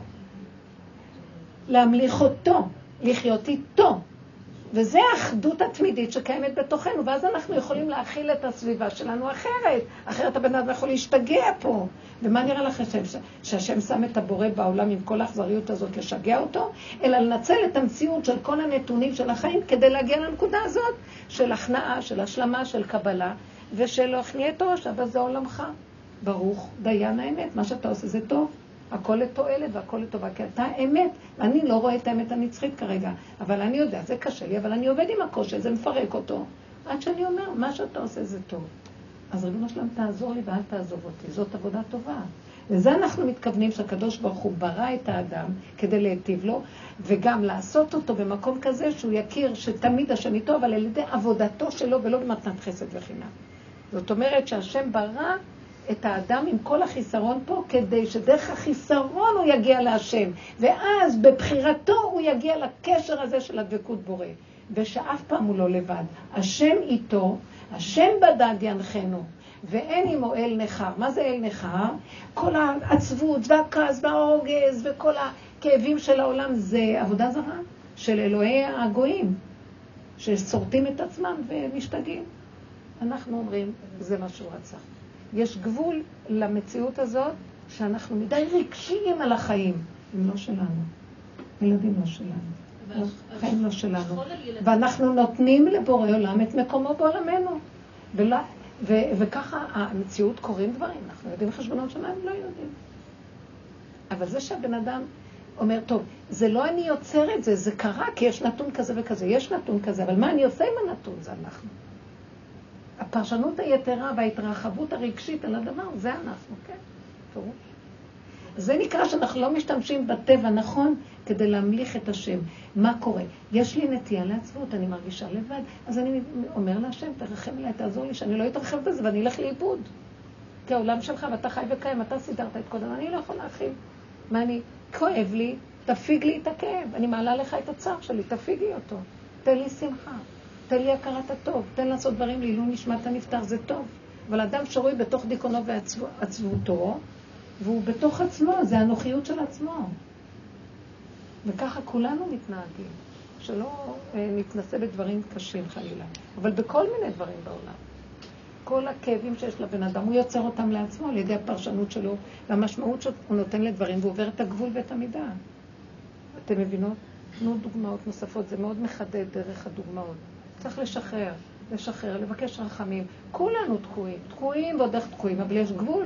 להמליך אותו. לחיות איתו. וזה האחדות התמידית שקיימת בתוכנו. ואז אנחנו יכולים להכיל את הסביבה שלנו אחרת. אחרת הבן אדם יכול להשתגע פה. ומה נראה לכם? שהשם שם את הבורא בעולם עם כל האכזריות הזאת לשגע אותו, אלא לנצל את המציאות של כל הנתונים של החיים כדי להגיע לנקודה הזאת של הכנעה, של השלמה, של קבלה, ושל נהיית ראש, אבל זה עולמך. ברוך דיין האמת, מה שאתה עושה זה טוב. הכל לתועלת והכל לטובה, כי אתה אמת. אני לא רואה את האמת הנצחית כרגע, אבל אני יודע, זה קשה לי, אבל אני עובד עם הקושי, זה מפרק אותו. עד שאני אומר, מה שאתה עושה זה טוב. אז ריבונו שלם, תעזור לי ואל תעזוב אותי, זאת עבודה טובה. וזה אנחנו מתכוונים שהקדוש ברוך הוא ברא את האדם כדי להיטיב לו, וגם לעשות אותו במקום כזה שהוא יכיר שתמיד השם איתו, אבל על ידי עבודתו שלו ולא במתנת חסד וחינם. זאת אומרת שהשם ברא את האדם עם כל החיסרון פה, כדי שדרך החיסרון הוא יגיע להשם, ואז בבחירתו הוא יגיע לקשר הזה של הדבקות בורא, ושאף פעם הוא לא לבד. השם איתו, השם בדד ינחנו, ואין עמו אל נחר. מה זה אל נחר? כל העצבות והכעס והרוגז וכל הכאבים של העולם זה עבודה זרה של אלוהי הגויים, ששורטים את עצמם ומשתגעים. אנחנו אומרים, זה מה שהוא רצה. יש גבול למציאות הזאת שאנחנו מדי רגשיים על החיים. הם לא שלנו. ילדים לא שלנו. חיים לא שלנו. ואנחנו נותנים לבורא עולם את מקומו בעולמנו. וככה המציאות קוראים דברים. אנחנו יודעים חשבונות שלנו, לא יודעים. אבל זה שהבן אדם אומר, טוב, זה לא אני יוצר את זה, זה קרה כי יש נתון כזה וכזה, יש נתון כזה, אבל מה אני עושה עם הנתון? זה אנחנו. הפרשנות היתרה וההתרחבות הרגשית על הדבר, זה אנחנו, כן? פירוש. זה נקרא שאנחנו לא משתמשים בטבע נכון כדי להמליך את השם. מה קורה? יש לי נטייה לעצבות, אני מרגישה לבד, אז אני אומר להשם, תרחם אליי, תעזור לי, שאני לא אתרחב בזה ואני אלך לאיבוד. כי העולם שלך ואתה חי וקיים, אתה סידרת את קודם, אני לא יכול להכיל. מה אני? כואב לי, תפיג לי את הכאב, אני מעלה לך את הצער שלי, תפיג לי אותו. תן לי שמחה, תן לי הכרת הטוב, תן לעשות דברים לעילוי נשמת הנפטר, זה טוב. אבל אדם שרוי בתוך דיכאונו ועצבותו, והוא בתוך עצמו, זה הנוחיות של עצמו. וככה כולנו מתנהגים, שלא נתנסה בדברים קשים חלילה, אבל בכל מיני דברים בעולם. כל הכאבים שיש לבן אדם, הוא יוצר אותם לעצמו על ידי הפרשנות שלו, והמשמעות שהוא נותן לדברים, והוא עובר את הגבול ואת המידה. אתם מבינות? תנו דוגמאות נוספות, זה מאוד מחדד דרך הדוגמאות. צריך לשחרר, לבקש רחמים. כולנו תקועים ועוד איך תקועים, אבל יש גבול.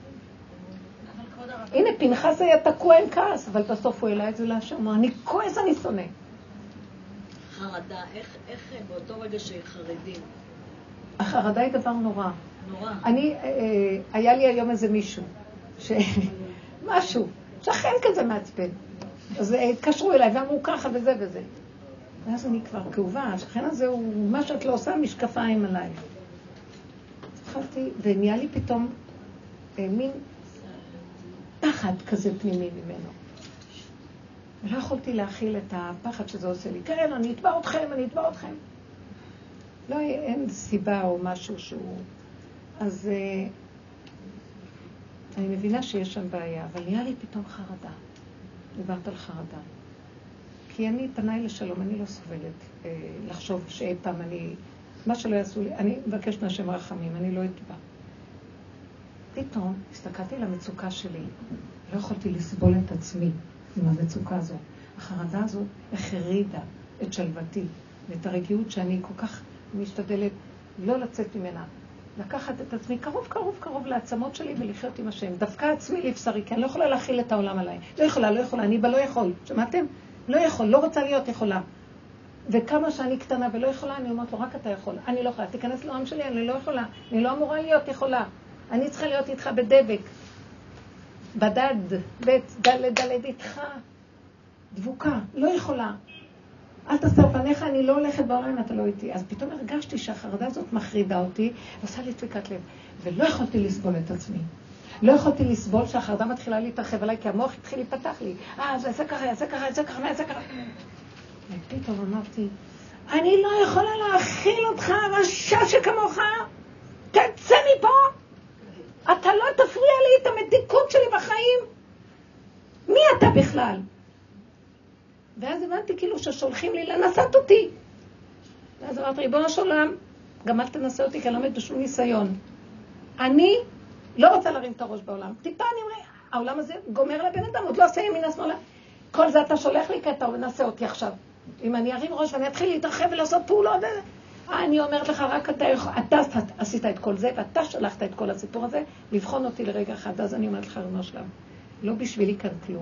הנה, פנחס היה תקוע עם כעס, אבל בסוף הוא העלה את זה להשם. הוא אמר, אני כועס, אני שונא. חרדה, איך באותו רגע שחרדים? החרדה היא דבר נורא. נורא. היה לי היום איזה מישהו, משהו, שכן כזה מעצבן. אז התקשרו אליי ואמרו ככה וזה וזה. ואז אני כבר כאובה, השכן הזה הוא מה שאת לא עושה, משקפיים עליי. התחלתי, ונהיה לי פתאום מין פחד כזה פנימי ממנו. ולא יכולתי להכיל את הפחד שזה עושה לי. כן, אני אתבע אתכם. לא, אין סיבה או משהו שהוא... אז אני מבינה שיש שם בעיה, אבל נהיה לי פתאום חרדה. דיברת על חרדה. כי אני פניי לשלום, אני לא סובלת לחשוב שאי פעם מה שלא יעשו לי, אני מבקש מהשם רחמים, אני לא אתבע. פתאום הסתכלתי למצוקה שלי, לא יכולתי לסבול את עצמי עם המצוקה הזאת. החרדה הזאת החרידה את שלוותי, ואת הרגיעות שאני כל כך משתדלת לא לצאת ממנה. לקחת את עצמי קרוב לעצמות שלי ולחיות עם השם. דווקא עצמי לבשרי, כי אני לא יכולה להכיל את העולם עליי. לא יכולה, אני לא יכול. שמעתם? לא יכול, לא רוצה להיות יכולה. וכמה שאני קטנה ולא יכולה, אני אומרת לו, רק אתה יכול. אני לא יכולה, תיכנס לעם שלי, אני לא יכולה. אני לא אמורה להיות יכולה. אני צריכה להיות איתך בדבק. בדד, דלד איתך. דבוקה, לא יכולה. אל תסתר פניך, אני לא הולכת בעולם, אתה לא איתי. אז פתאום הרגשתי שהחרדה הזאת מחרידה אותי, ועושה לי דפיקת לב. ולא יכולתי לסבול את עצמי. לא יכולתי לסבול שהחרדה מתחילה להתרחב עליי, כי המוח התחיל להתפתח לי. זה יעשה ככה. ופתאום אמרתי, אני לא יכולה להכיל אותך, רשע שכמוך, תצא מפה. אתה לא תפריע לי את המתיקות שלי בחיים. מי אתה בכלל? ואז הבנתי כאילו ששולחים לי לנסות אותי. ואז אמרתי, ריבונו של עולם, גם אל תנסה אותי, כי אני לא עומד בשום ניסיון. אני לא רוצה להרים את הראש בעולם. טיפה אני אומר, העולם הזה גומר לבן אדם, עוד לא עושה ימין השמאלה. כל זה אתה שולח לי, כי אתה מנסה אותי עכשיו. אם אני ארים ראש ואני אתחיל להתרחב ולעשות פעולות, אני אומרת לך, רק אתה עשית את כל זה, ואתה שלחת את כל הסיפור הזה, לבחון אותי לרגע אחד. אז אני אומרת לך, ריבונו של עולם, לא בשבילי כאן כלום.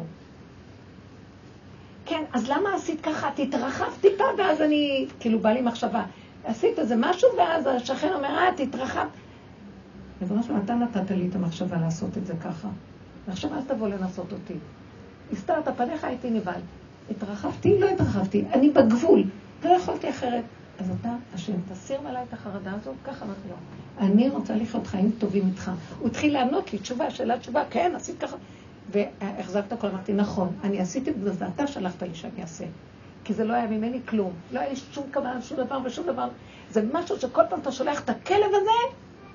כן, אז למה עשית ככה? תתרחב טיפה, ואז אני, כאילו בא לי מחשבה, עשית איזה משהו, ואז השכן אומר, תתרחב. ריבונו של עולם, אתה נתת לי את המחשבה לעשות את זה ככה. ועכשיו אל תבוא לנסות אותי. הסתרת פניך, הייתי נבהל. התרחבתי, לא התרחבתי, אני בגבול. לא יכולתי אחרת. אז אתה, השם, תסיר מעלי את החרדה הזאת, ככה אמרתי לו. אני רוצה לחיות חיים טובים איתך. הוא התחיל לענות לי שאלת תשובה, כן, עשית ככה. והחזרת הכל, אמרתי, נכון, אני עשיתי את זה, ואתה שלחת לי שאני אעשה. כי זה לא היה ממני כלום. לא היה לי שום כוונה, שום דבר ושום דבר. זה משהו שכל פעם אתה שולח את הכלב הזה,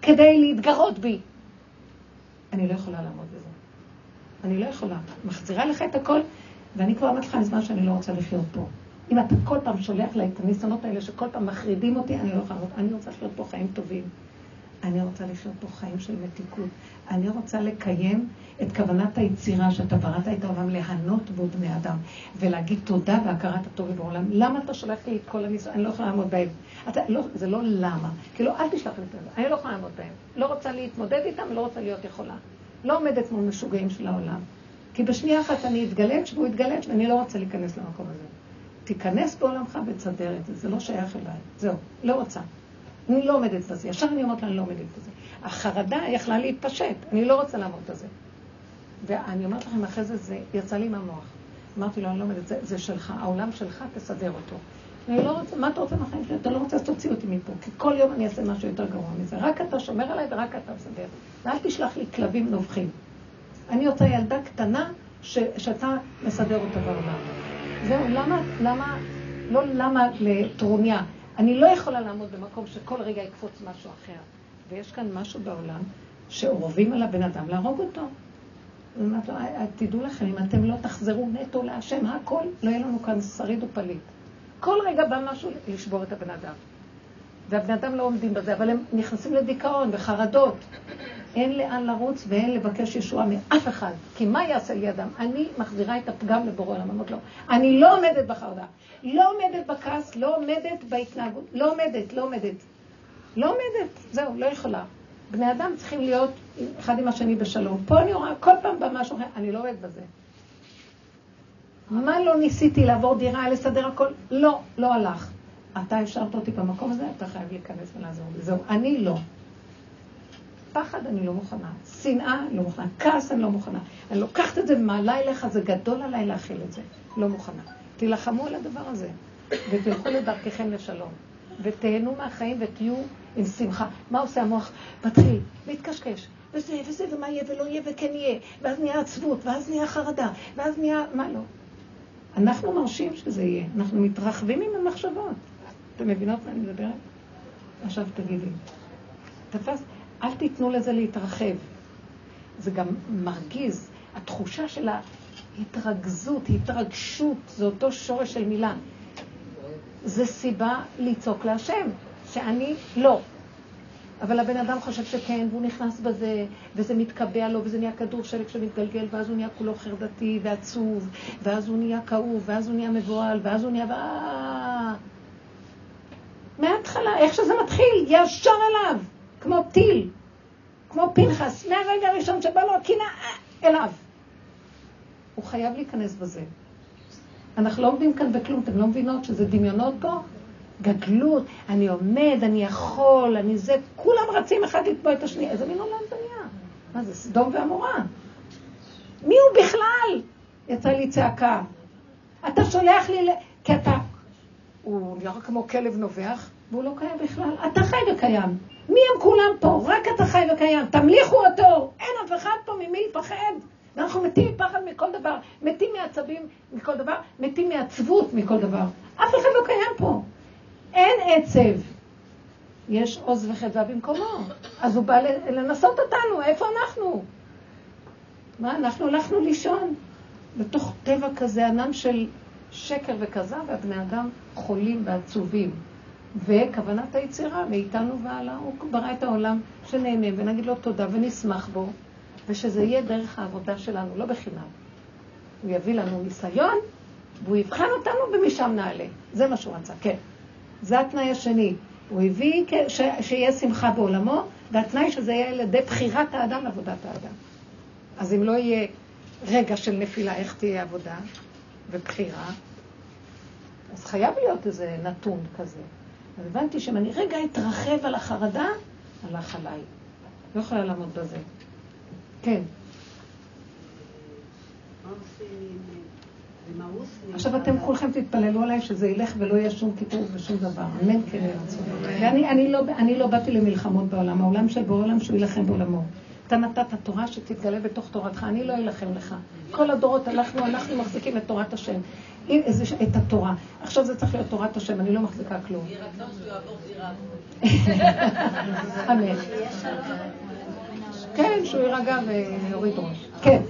כדי להתגרות בי. אני לא יכולה לעמוד בזה. אני לא יכולה. מחזירה לך את הכל, ואני כבר אמרתי לך מזמן שאני לא רוצה לחיות פה. אם אתה כל פעם שולח לי את הניסיונות האלה שכל פעם מחרידים אותי, אני לא יכולה. אני רוצה לחיות פה חיים טובים. אני רוצה לחיות פה חיים של מתיקות. אני רוצה לקיים את כוונת היצירה שאתה בראת את העולם, להנות בו בני אדם, ולהגיד תודה והכרת הטוב בעולם. למה אתה שולח לי את כל הניסיון? אני לא יכולה לעמוד בהם. זה לא למה. כאילו, אל תשלח לי את זה. אני לא יכולה לעמוד בהם. לא רוצה להתמודד איתם, לא רוצה להיות יכולה. לא עומדת מול משוגעים של העולם. כי בשנייה אחת אני אתגלש והוא יתגלש, ואני לא רוצה להיכנס למקום הזה. תיכנס בעולמך ותסדר את זה. זה לא שייך אליי. זהו, לא רוצה. אני לא עומדת בזה. ישר אני אומרת לה, אני לא עומדת בזה. החרדה יכלה להתפשט. אני לא רוצה לעמוד בזה. ואני אומרת לכם, אחרי זה יצא לי מהמוח. אמרתי לו, אני לא עומדת, זה שלך. העולם שלך, תסדר אותו. אני לא רוצה, מה אתה רוצה מהחיים שלי? אתה לא רוצה, אז תוציא אותי מפה. כי כל יום אני אעשה משהו יותר גרוע מזה. רק אתה שומר עליי ורק אתה מסדר. ואל תשלח לי כלבים נובחים. אני רוצה ילדה קטנה שאתה מסדר אותה בעולם. זהו, למה לטרוניה? אני לא יכולה לעמוד במקום שכל רגע יקפוץ משהו אחר. ויש כאן משהו בעולם שאורבים על הבן אדם להרוג אותו. ואומרת לו, תדעו לכם, אם אתם לא תחזרו נטו להשם, הכל, לא יהיה לנו כאן שריד ופליט. כל רגע בא משהו לשבור את הבן אדם. והבן אדם לא עומדים בזה, אבל הם נכנסים לדיכאון וחרדות. אין לאן לרוץ ואין לבקש ישועה מאף אחד. כי מה יעשה לי אדם? אני מחזירה את הפגם לבורא עולם. אמרת לו, אני לא עומדת בחרדה, לא עומדת בכעס, לא עומדת בהתנהגות, לא עומדת. זהו, לא יכולה. בני אדם צריכים להיות אחד עם השני בשלום. פה אני רואה כל פעם במשהו אחר, אני לא עומדת בזה. מה לא ניסיתי לעבור דירה, לסדר הכל? לא הלך. אתה השארת אותי במקום הזה, אתה חייב להיכנס ולעזור לי. זהו, אני לא. פחד אני לא מוכנה, שנאה לא מוכנה, כעס אני לא מוכנה. אני לוקחת את זה ומעלה אליך, זה גדול עליי להכיל את זה. לא מוכנה. תילחמו על הדבר הזה, ותלכו לדרככם לשלום. ותהנו מהחיים ותהיו עם שמחה. מה עושה המוח? מתחיל להתקשקש. וזה, ומה יהיה ולא יהיה וכן יהיה. ואז נהיה עצבות, ואז נהיה חרדה, ואז נהיה... מה לא? אנחנו מרשים שזה יהיה. אנחנו מתרחבים עם המחשבות. אתם מבינות מה אני מדברת? עכשיו תגידי. תפס, אל תיתנו לזה להתרחב. זה גם מרגיז. התחושה של ההתרגזות, התרגשות, זה אותו שורש של מילה. זה סיבה ליצוק להשם, שאני לא. אבל הבן אדם חושב שכן, והוא נכנס בזה, וזה מתקבע לו, וזה נהיה כדור שלג שמתגלגל, ואז הוא נהיה כולו חרדתי ועצוב, ואז הוא נהיה כאוב, ואז הוא נהיה מבועל, ואז הוא נהיה... מההתחלה, איך שזה מתחיל, ישר אליו, כמו טיל, כמו פנחס, מהרגע הראשון שבא לו הקינה אליו. הוא חייב להיכנס בזה. אנחנו לא עומדים כאן בכלום, אתם לא מבינות שזה דמיונות פה? גדלות, אני עומד, אני יכול, אני זה, כולם רצים אחד לתבוע את השני. איזה מין עולם זה נהיה? מה זה, סדום ועמורה? מי הוא בכלל? יצא לי צעקה. אתה שולח לי, כי אתה... הוא נראה כמו כלב נובח, והוא לא קיים בכלל. אתה חי וקיים. מי הם כולם פה? רק אתה חי וקיים. תמליכו אותו. אין אף אחד פה ממי לפחד. ואנחנו מתים מפחד מכל דבר. מתים מעצבים מכל דבר. מתים מעצבות מכל דבר. אף אחד לא קיים פה. אין עצב. יש עוז וחדווה במקומו. אז הוא בא לנסות אותנו. איפה אנחנו? מה? אנחנו הלכנו לישון. בתוך טבע כזה, ענן של שקר וכזה, והבני אדם חולים ועצובים. וכוונת היצירה, מאיתנו ועלה, הוא ברא את העולם שנהנה, ונגיד לו תודה ונשמח בו, ושזה יהיה דרך העבודה שלנו, לא בחינם. הוא יביא לנו ניסיון, והוא יבחן אותנו ומשם נעלה. זה מה שהוא רצה, כן. זה התנאי השני. הוא הביא שיהיה שמחה בעולמו, והתנאי שזה יהיה לידי בחירת האדם לעבודת האדם. אז אם לא יהיה רגע של נפילה, איך תהיה עבודה ובחירה, אז חייב להיות איזה נתון כזה. אז הבנתי שאם אני רגע אתרחב על החרדה, הלך עליי. לא יכולה לעמוד בזה. כן. עכשיו אתם כולכם תתפללו עליי שזה ילך ולא יהיה שום כיתוב ושום דבר. אמן כן ירצו. ואני לא באתי למלחמות בעולם. העולם של בעולם שהוא ילחם בעולמו. אתה נתת תורה שתתגלה בתוך תורתך, אני לא אלחם לך. כל הדורות אנחנו מחזיקים את תורת השם. את התורה. עכשיו זה צריך להיות תורת השם, אני לא מחזיקה כלום. יהיה רצון שהוא יעבור זירה. אמן. כן, שהוא יירגע ויוריד ראש. כן.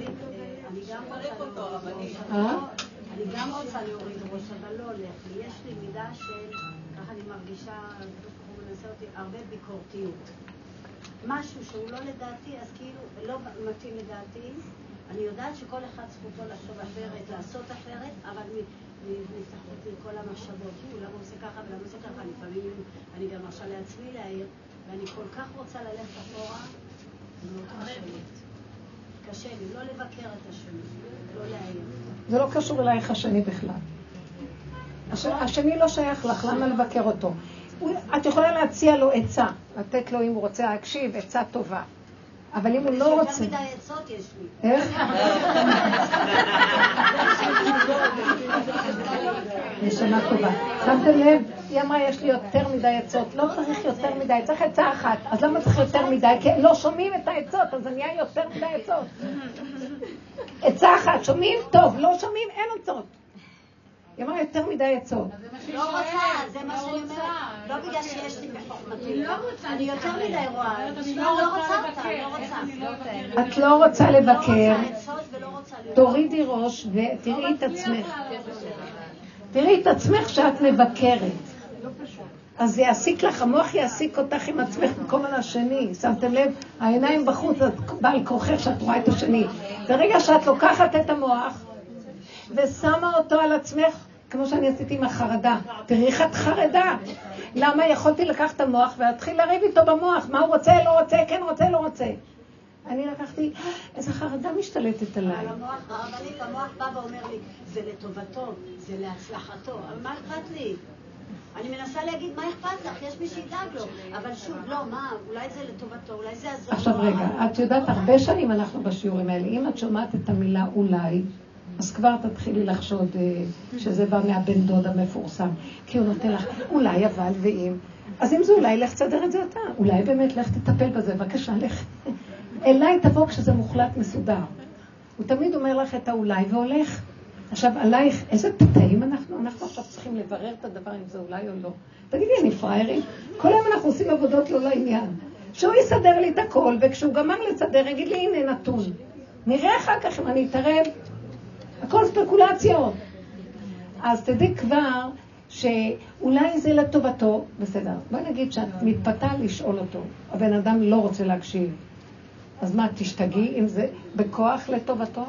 אני גם רוצה להוריד ראש, אבל לא הולך. יש לי מידה של, ככה אני מרגישה, הוא מנסה אותי, הרבה ביקורתיות. משהו שהוא לא לדעתי, אז כאילו לא מתאים לדעתי. אני יודעת שכל אחד זכותו לחשוב אחרת, לעשות אחרת, אבל נפתחות לי כל המחשבות. למה הוא עושה ככה ולמה הוא עושה ככה? לפעמים אני גם מרשה לעצמי להעיר, ואני כל כך רוצה ללכת אחורה, מאוד קשה לי. קשה לי, לא לבקר את השני, לא להעיר. זה לא קשור אלייך השני בכלל. השני לא שייך לך, למה לבקר אותו? את יכולה להציע לו עצה, לתת לו אם הוא רוצה להקשיב, עצה טובה. אבל אם הוא לא רוצה... יותר מדי עצות יש לי. איך? נשמה טובה. שמתם לב? היא אמרה, יש לי יותר מדי עצות. לא צריך יותר מדי, צריך עצה אחת. אז למה צריך יותר מדי? כי לא שומעים את העצות, אז אני אהיה יותר מדי עצות. עצה אחת, שומעים? טוב, לא שומעים, אין עצות. היא אמרה יותר מדי עצות. לא רוצה, זה מה שאני אומרת. לא בגלל שיש לי בחוכמתי. אני יותר מדי רואה. לא רוצה אותה, לא רוצה. את לא רוצה לבקר. תורידי ראש ותראי את עצמך. תראי את עצמך שאת מבקרת. אז זה יעסיק לך, המוח יעסיק אותך עם עצמך במקום על השני. שמתם לב? העיניים בחוץ, את בעל כוחך שאת רואה את השני. ברגע שאת לוקחת את המוח, ושמה אותו על עצמך, כמו שאני עשיתי עם החרדה. תראי איך את חרדה. למה יכולתי לקחת את המוח ולהתחיל לריב איתו במוח? מה הוא רוצה, לא רוצה, כן רוצה, לא רוצה. אני לקחתי, איזה חרדה משתלטת עליי. המוח בא ואומר לי, זה לטובתו, זה להצלחתו. אבל מה אכפת לי? אני מנסה להגיד, מה אכפת לך? יש מי שידאג לו. אבל שוב, לא, מה? אולי זה לטובתו, אולי זה עזור. עכשיו רגע, את יודעת, הרבה שנים אנחנו בשיעורים האלה. אם את שומעת את המילה אולי, אז כבר תתחילי לחשוד שזה בא מהבן דוד המפורסם. כי הוא נותן לך, אולי אבל ואם. אז אם זה אולי, לך תסדר את זה אתה. אולי באמת, לך תטפל בזה. בבקשה, לך. אליי תבוא כשזה מוחלט מסודר. הוא תמיד אומר לך את האולי והולך. עכשיו, עלייך, איזה פתאים אנחנו עכשיו צריכים לברר את הדבר אם זה אולי או לא. תגידי, אני פריירים? כל היום אנחנו עושים עבודות לא לעניין. שהוא יסדר לי את הכל, וכשהוא גמר לסדר, יגיד לי, הנה נתון. נראה אחר כך אם אני אתערב. הכל ספקולציות. אז תדעי כבר שאולי זה לטובתו, בסדר. בואי נגיד שאת מתפתה לשאול אותו. הבן אדם לא רוצה להקשיב. אז מה, תשתגי אם זה בכוח לטובתו?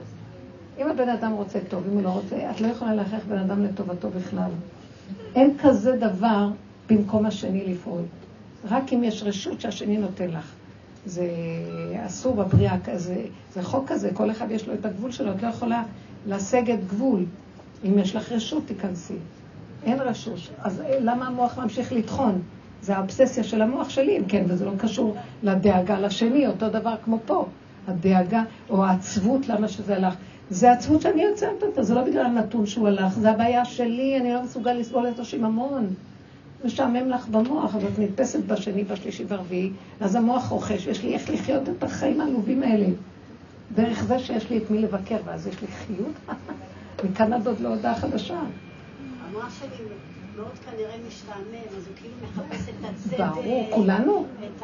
אם הבן אדם רוצה טוב, אם הוא לא רוצה, את לא יכולה להכריח בן אדם לטובתו בכלל. אין כזה דבר במקום השני לפעול. רק אם יש רשות שהשני נותן לך. זה אסור בבריאה כזה, זה חוק כזה, כל אחד יש לו את הגבול שלו, את לא יכולה לסגת גבול. אם יש לך רשות, תיכנסי. אין רשות. אז למה המוח ממשיך לטחון? זה האובססיה של המוח שלי, כן, וזה לא קשור לדאגה לשני, אותו דבר כמו פה. הדאגה או העצבות, למה שזה הלך. זה העצבות שאני יוצרת אותה, זה לא בגלל הנתון שהוא הלך, זה הבעיה שלי, אני לא מסוגל לסבול את השיממון. משעמם לך במוח, אז את נתפסת בשני, בשלישי, ברביעי, אז המוח רוכש, יש לי איך לחיות את החיים העלובים האלה. דרך זה שיש לי את מי לבקר, ואז יש לי חיות. מכאן עד עוד להודעה חדשה. המוח שלי מאוד כנראה משתעמם, אז הוא כאילו מחפש את הצדק. ברור, כולנו.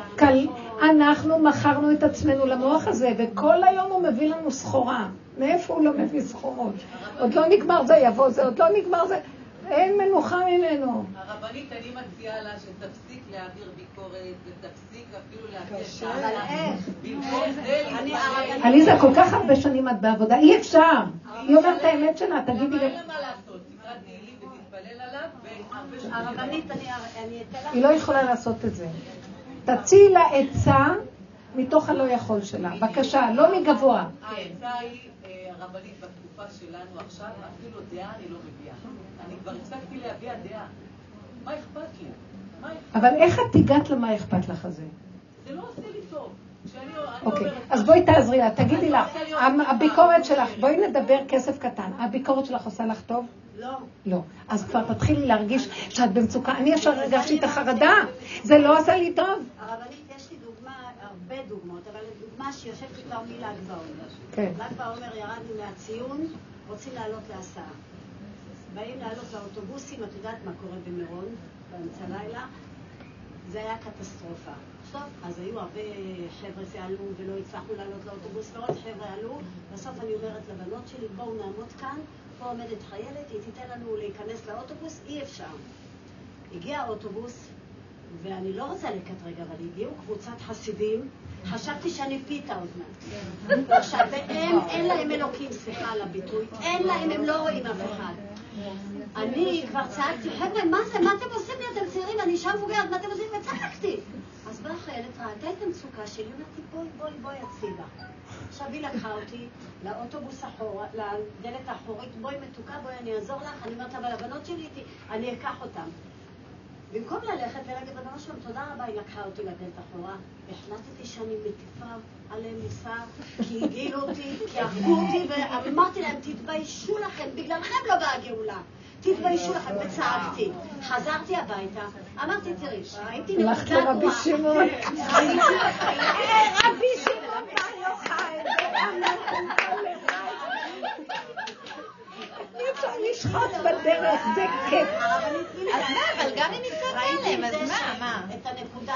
אנחנו מכרנו את עצמנו למוח הזה, וכל היום הוא מביא לנו סחורה. מאיפה הוא לא מביא סחורות? עוד לא נגמר זה, יבוא זה, עוד לא נגמר זה. אין מנוחה ממנו. הרבנית, אני מציעה לה שתפסיק להעביר ביקורת, ותפסיק אפילו להעביר אבל איך? במקום זה, אני זה כל כך הרבה שנים את בעבודה, אי אפשר. היא אומרת את האמת שלה, תגידי לי. אין לה מה לעשות, תקרא תהילים ותתפלל עליו, והרבה שנים. הרבנית, אני אתן לך... היא לא יכולה לעשות את זה. תציעי לה עצה מתוך הלא יכול שלה. בבקשה, לא מגבוה. העצה היא, הרבנית, בתקופה שלנו עכשיו, אפילו דעה אני לא מביאה. אני כבר הפסקתי להביע דעה. מה אכפת לי? אבל איך את הגעת למה אכפת לך הזה? זה לא עושה לי טוב. אוקיי, אז בואי תעזרי לה, תגידי לך, הביקורת שלך, בואי נדבר כסף קטן, הביקורת שלך עושה לך טוב? לא. לא. אז כבר תתחילי להרגיש שאת במצוקה, אני ישר הרגשתי את החרדה, זה לא עושה לי טוב. הרבנית, יש לי דוגמה, הרבה דוגמאות, אבל דוגמה ממש יושבת כבר מל"ג בעומר. כן. ל"ג בעומר ירדנו מהציון, רוצים לעלות להסעה. באים לעלות לאוטובוסים, את יודעת מה קורה במירון, באמצע לילה? זה היה קטסטרופה. בסוף, אז היו הרבה חבר'ה שעלו ולא הצלחנו לעלות לאוטובוס, ועוד חבר'ה עלו. בסוף אני אומרת לבנות שלי, בואו נעמוד כאן, פה עומדת חיילת, היא תיתן לנו להיכנס לאוטובוס, אי אפשר. הגיע האוטובוס, ואני לא רוצה לקטרג, אבל הגיעו קבוצת חסידים, חשבתי שאני פיתה עוד מעט. עכשיו, והם, אין להם אלוקים, סליחה על הביטוי, אין להם, הם לא רואים אף אחד. אני כבר צעקתי, חבר'ה, מה זה? מה אתם עושים לי? אתם צעירים, אני אישה מבוגרת, מה אתם עושים? וצעקתי. אז באה חיילת, ראתה את המצוקה שלי, אמרתי, בואי הצידה. עכשיו היא לקחה אותי לאוטובוס אחורה, לדלת האחורית, בואי מתוקה, בואי אני אעזור לך, אני אומרת, אבל הבנות שלי איתי, אני אקח אותם. במקום ללכת ולהגיד לבנות שלהם, תודה רבה, היא לקחה אותי לדלת אחורה, החלטתי שאני מטיפה עליהם מוסר, כי הגילו אותי, כי הרגו אותי, ואמרתי להם, תתביישו לכם, בגללכם לא באה גאולה. תתביישו לכם, וצעקתי. חזרתי הביתה, אמרתי, תראי, ראיתי נקודה הלכת לרבי שמעון. רבי שמעון בר יוחאי, אי אפשר לשחוט בדרך, זה כיף. אז מה, אבל גם אם נסתכל עליהם, אז מה? את הנקודה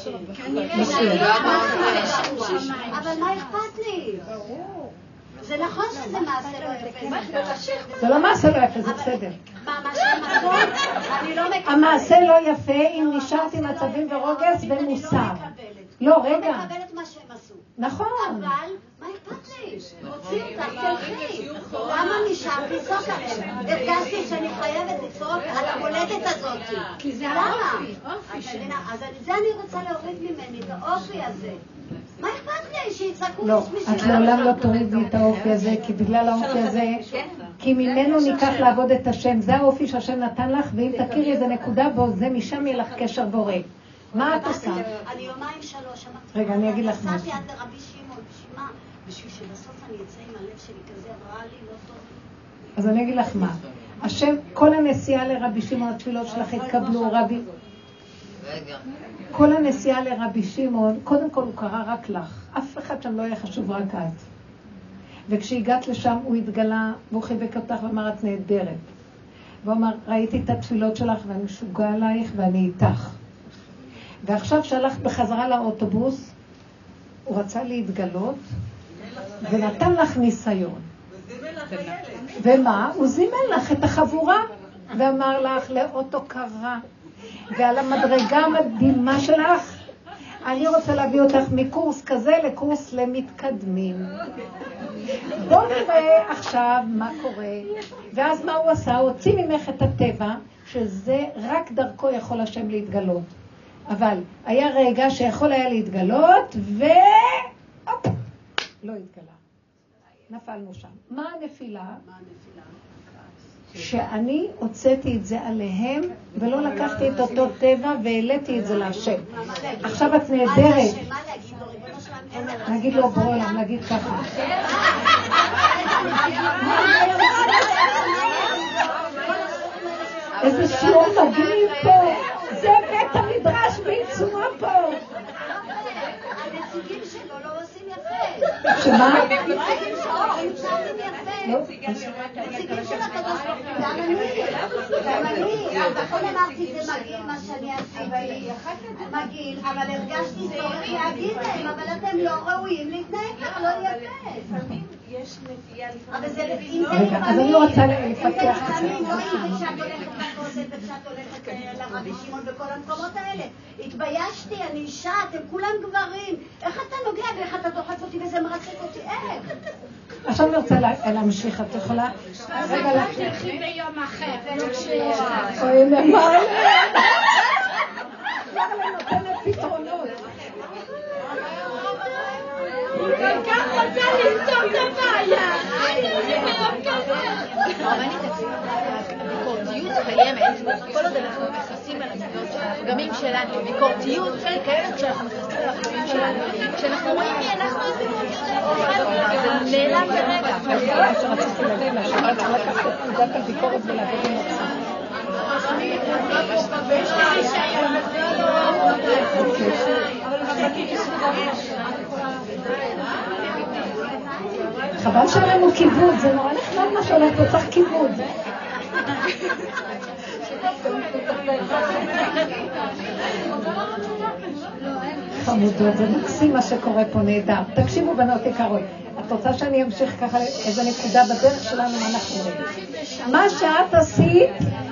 אבל מה אכפת לי? זה נכון שזה מעשה לא יפה. זה לא מעשה לא יפה, זה בסדר. מה שנכון, אני לא מקבלת. המעשה לא יפה אם נשארת עם עצבים ורוגז ומוסר. לא, רגע. לא מקבלת מה שהם עשו. נכון. אבל, מה אכפת לי? הוציא אותך, תלכי. למה נשאר לצעוק עליהם? הרגשתי שאני חייבת לצעוק על המולדת הזאת. כי זה למה? אז זה אני רוצה להוריד ממני, את האופי הזה. מה אכפת לי? שיצעקו לא, את לעולם לא תורידי את האופי הזה, כי בגלל האופי הזה, כי ממנו ניקח לעבוד את השם. זה האופי שהשם נתן לך, ואם תכירי איזה נקודה בו, זה משם יהיה לך קשר בורא. מה את עושה? אני יומיים שלוש, רגע, אני אגיד לך משהו. נסעתי עד לרבי שמעון, בשביל מה? בשביל שבסוף אני אצא עם הלב שלי כזה רע לי, לא טוב. אז אני אגיד לך מה. השם, כל הנסיעה לרבי שמעון, התפילות שלך התקבלו, רבי... כל הנסיעה לרבי שמעון, קודם כל הוא קרא רק לך. אף אחד שם לא היה חשוב, רק את. וכשהגעת לשם הוא התגלה, והוא חיבק אותך ואמר, את נהדרת. והוא אמר, ראיתי את התפילות שלך ואני משוגע עלייך ואני איתך. ועכשיו שהלכת בחזרה לאוטובוס, הוא רצה להתגלות, ונתן לך ניסיון. ומה? הוא זימן לך את החבורה, ואמר לך לאוטו קרה. ועל המדרגה המדהימה שלך, אני רוצה להביא אותך מקורס כזה לקורס למתקדמים. בואו נראה עכשיו מה קורה. ואז מה הוא עשה? הוא הוציא ממך את הטבע, שזה רק דרכו יכול השם להתגלות. אבל היה רגע שיכול היה להתגלות, והופ, לא התגלה. נפלנו שם. מה הנפילה? שאני הוצאתי את זה עליהם, ולא לקחתי את אותו טבע והעליתי את זה להשם. עכשיו את נהדרת. נגיד לו בעולם, נגיד ככה. איזה שיעור מגניב פה. זה בית המדרש בעיצומו פה. הנציגים שלו לא עושים יפה. שמה? הנציגים שלו עושים יפה. נציגים של הקדוש ברוך הוא, גם אני. בכל אמרתי זה מגעיל מה שאני עשיתי. מגעיל, אבל הרגשתי צורך להגיד להם, אבל אתם לא ראויים להתנהג כך, לא יפה. יש נטייה אבל זה רגע, אז אני רוצה לפתח את זה. לא אם כשאת הולכת בכותל וכשאת הולכת לרבי שמעון בכל המקומות האלה. התביישתי, אני אישה, אתם כולם גברים. איך אתה נוגע ואיך אתה דוחף אותי וזה מרצק אותי? איך? עכשיו אני רוצה להמשיך, את יכולה? רגע, אז תלכי ביום אחר, ולא כשיש לך. אוי, נאמר לי. יאללה, נותנת פתרונות. כל כך רוצה למצוא את הבעיה. הרבנית, הביקורתיות קיימת כל עוד אנחנו מכסים על הפגמים שלנו. הביקורתיות קיימת כשאנחנו מכסים על הפגמים שלנו. כשאנחנו רואים מי אנחנו עשינו, זה נעלם ברגע. מה שרציתי להגיד לה, שאני צריכה לקחת את נקודת הביקורת ולהגיד עם עצמם. חבל שאין לנו כיבוד, זה נורא נחמד מה שהולך, לא צריך כיבוד. חמודות, זה מקסים מה שקורה פה, נהדר. תקשיבו בנות יקרות, את רוצה שאני אמשיך ככה איזה נקודה בדרך שלנו, מה אנחנו רואים? מה שאת עשית,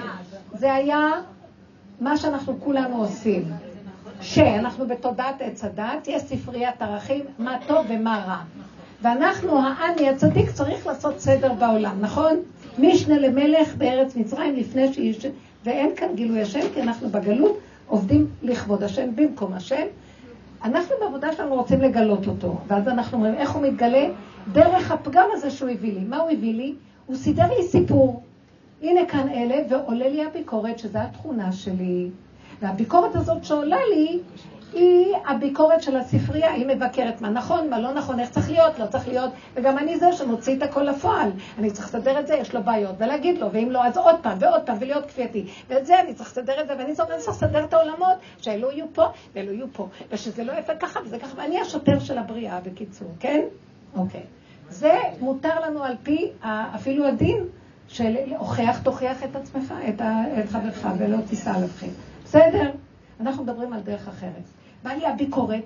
זה היה מה שאנחנו כולנו עושים. שאנחנו בתודעת עץ הדת, יש ספריית ערכים, מה טוב ומה רע. ואנחנו, העני הצדיק, צריך לעשות סדר בעולם, נכון? משנה למלך בארץ מצרים לפני שיש... ואין כאן גילוי השם, כי אנחנו בגלות עובדים לכבוד השם במקום השם. אנחנו בעבודה שלנו רוצים לגלות אותו. ואז אנחנו אומרים, איך הוא מתגלה? דרך הפגם הזה שהוא הביא לי. מה הוא הביא לי? הוא סידר לי סיפור. הנה כאן אלה, ועולה לי הביקורת, שזו התכונה שלי. והביקורת הזאת שעולה לי, היא הביקורת של הספרייה, היא מבקרת מה נכון, מה לא נכון, איך צריך להיות, לא צריך להיות, וגם אני זה שמוציא את הכל לפועל. אני צריך לסדר את זה, יש לו בעיות, ולהגיד לו, ואם לא, אז עוד פעם ועוד פעם, ולהיות כפייתי. ואת זה אני צריך לסדר את זה, ואני צריך לסדר את העולמות, שאלו יהיו פה, ואלו יהיו פה, ושזה לא יפה ככה, וזה ככה, ואני השוטר של הבריאה, בקיצור, כן? אוקיי. זה מותר לנו על פי, אפילו הדין, של תוכיח את עצמך, את חברך, ולא תיסע לבכם. בסדר? אנחנו מדברים על דרך אחרת. בא לי הביקורת,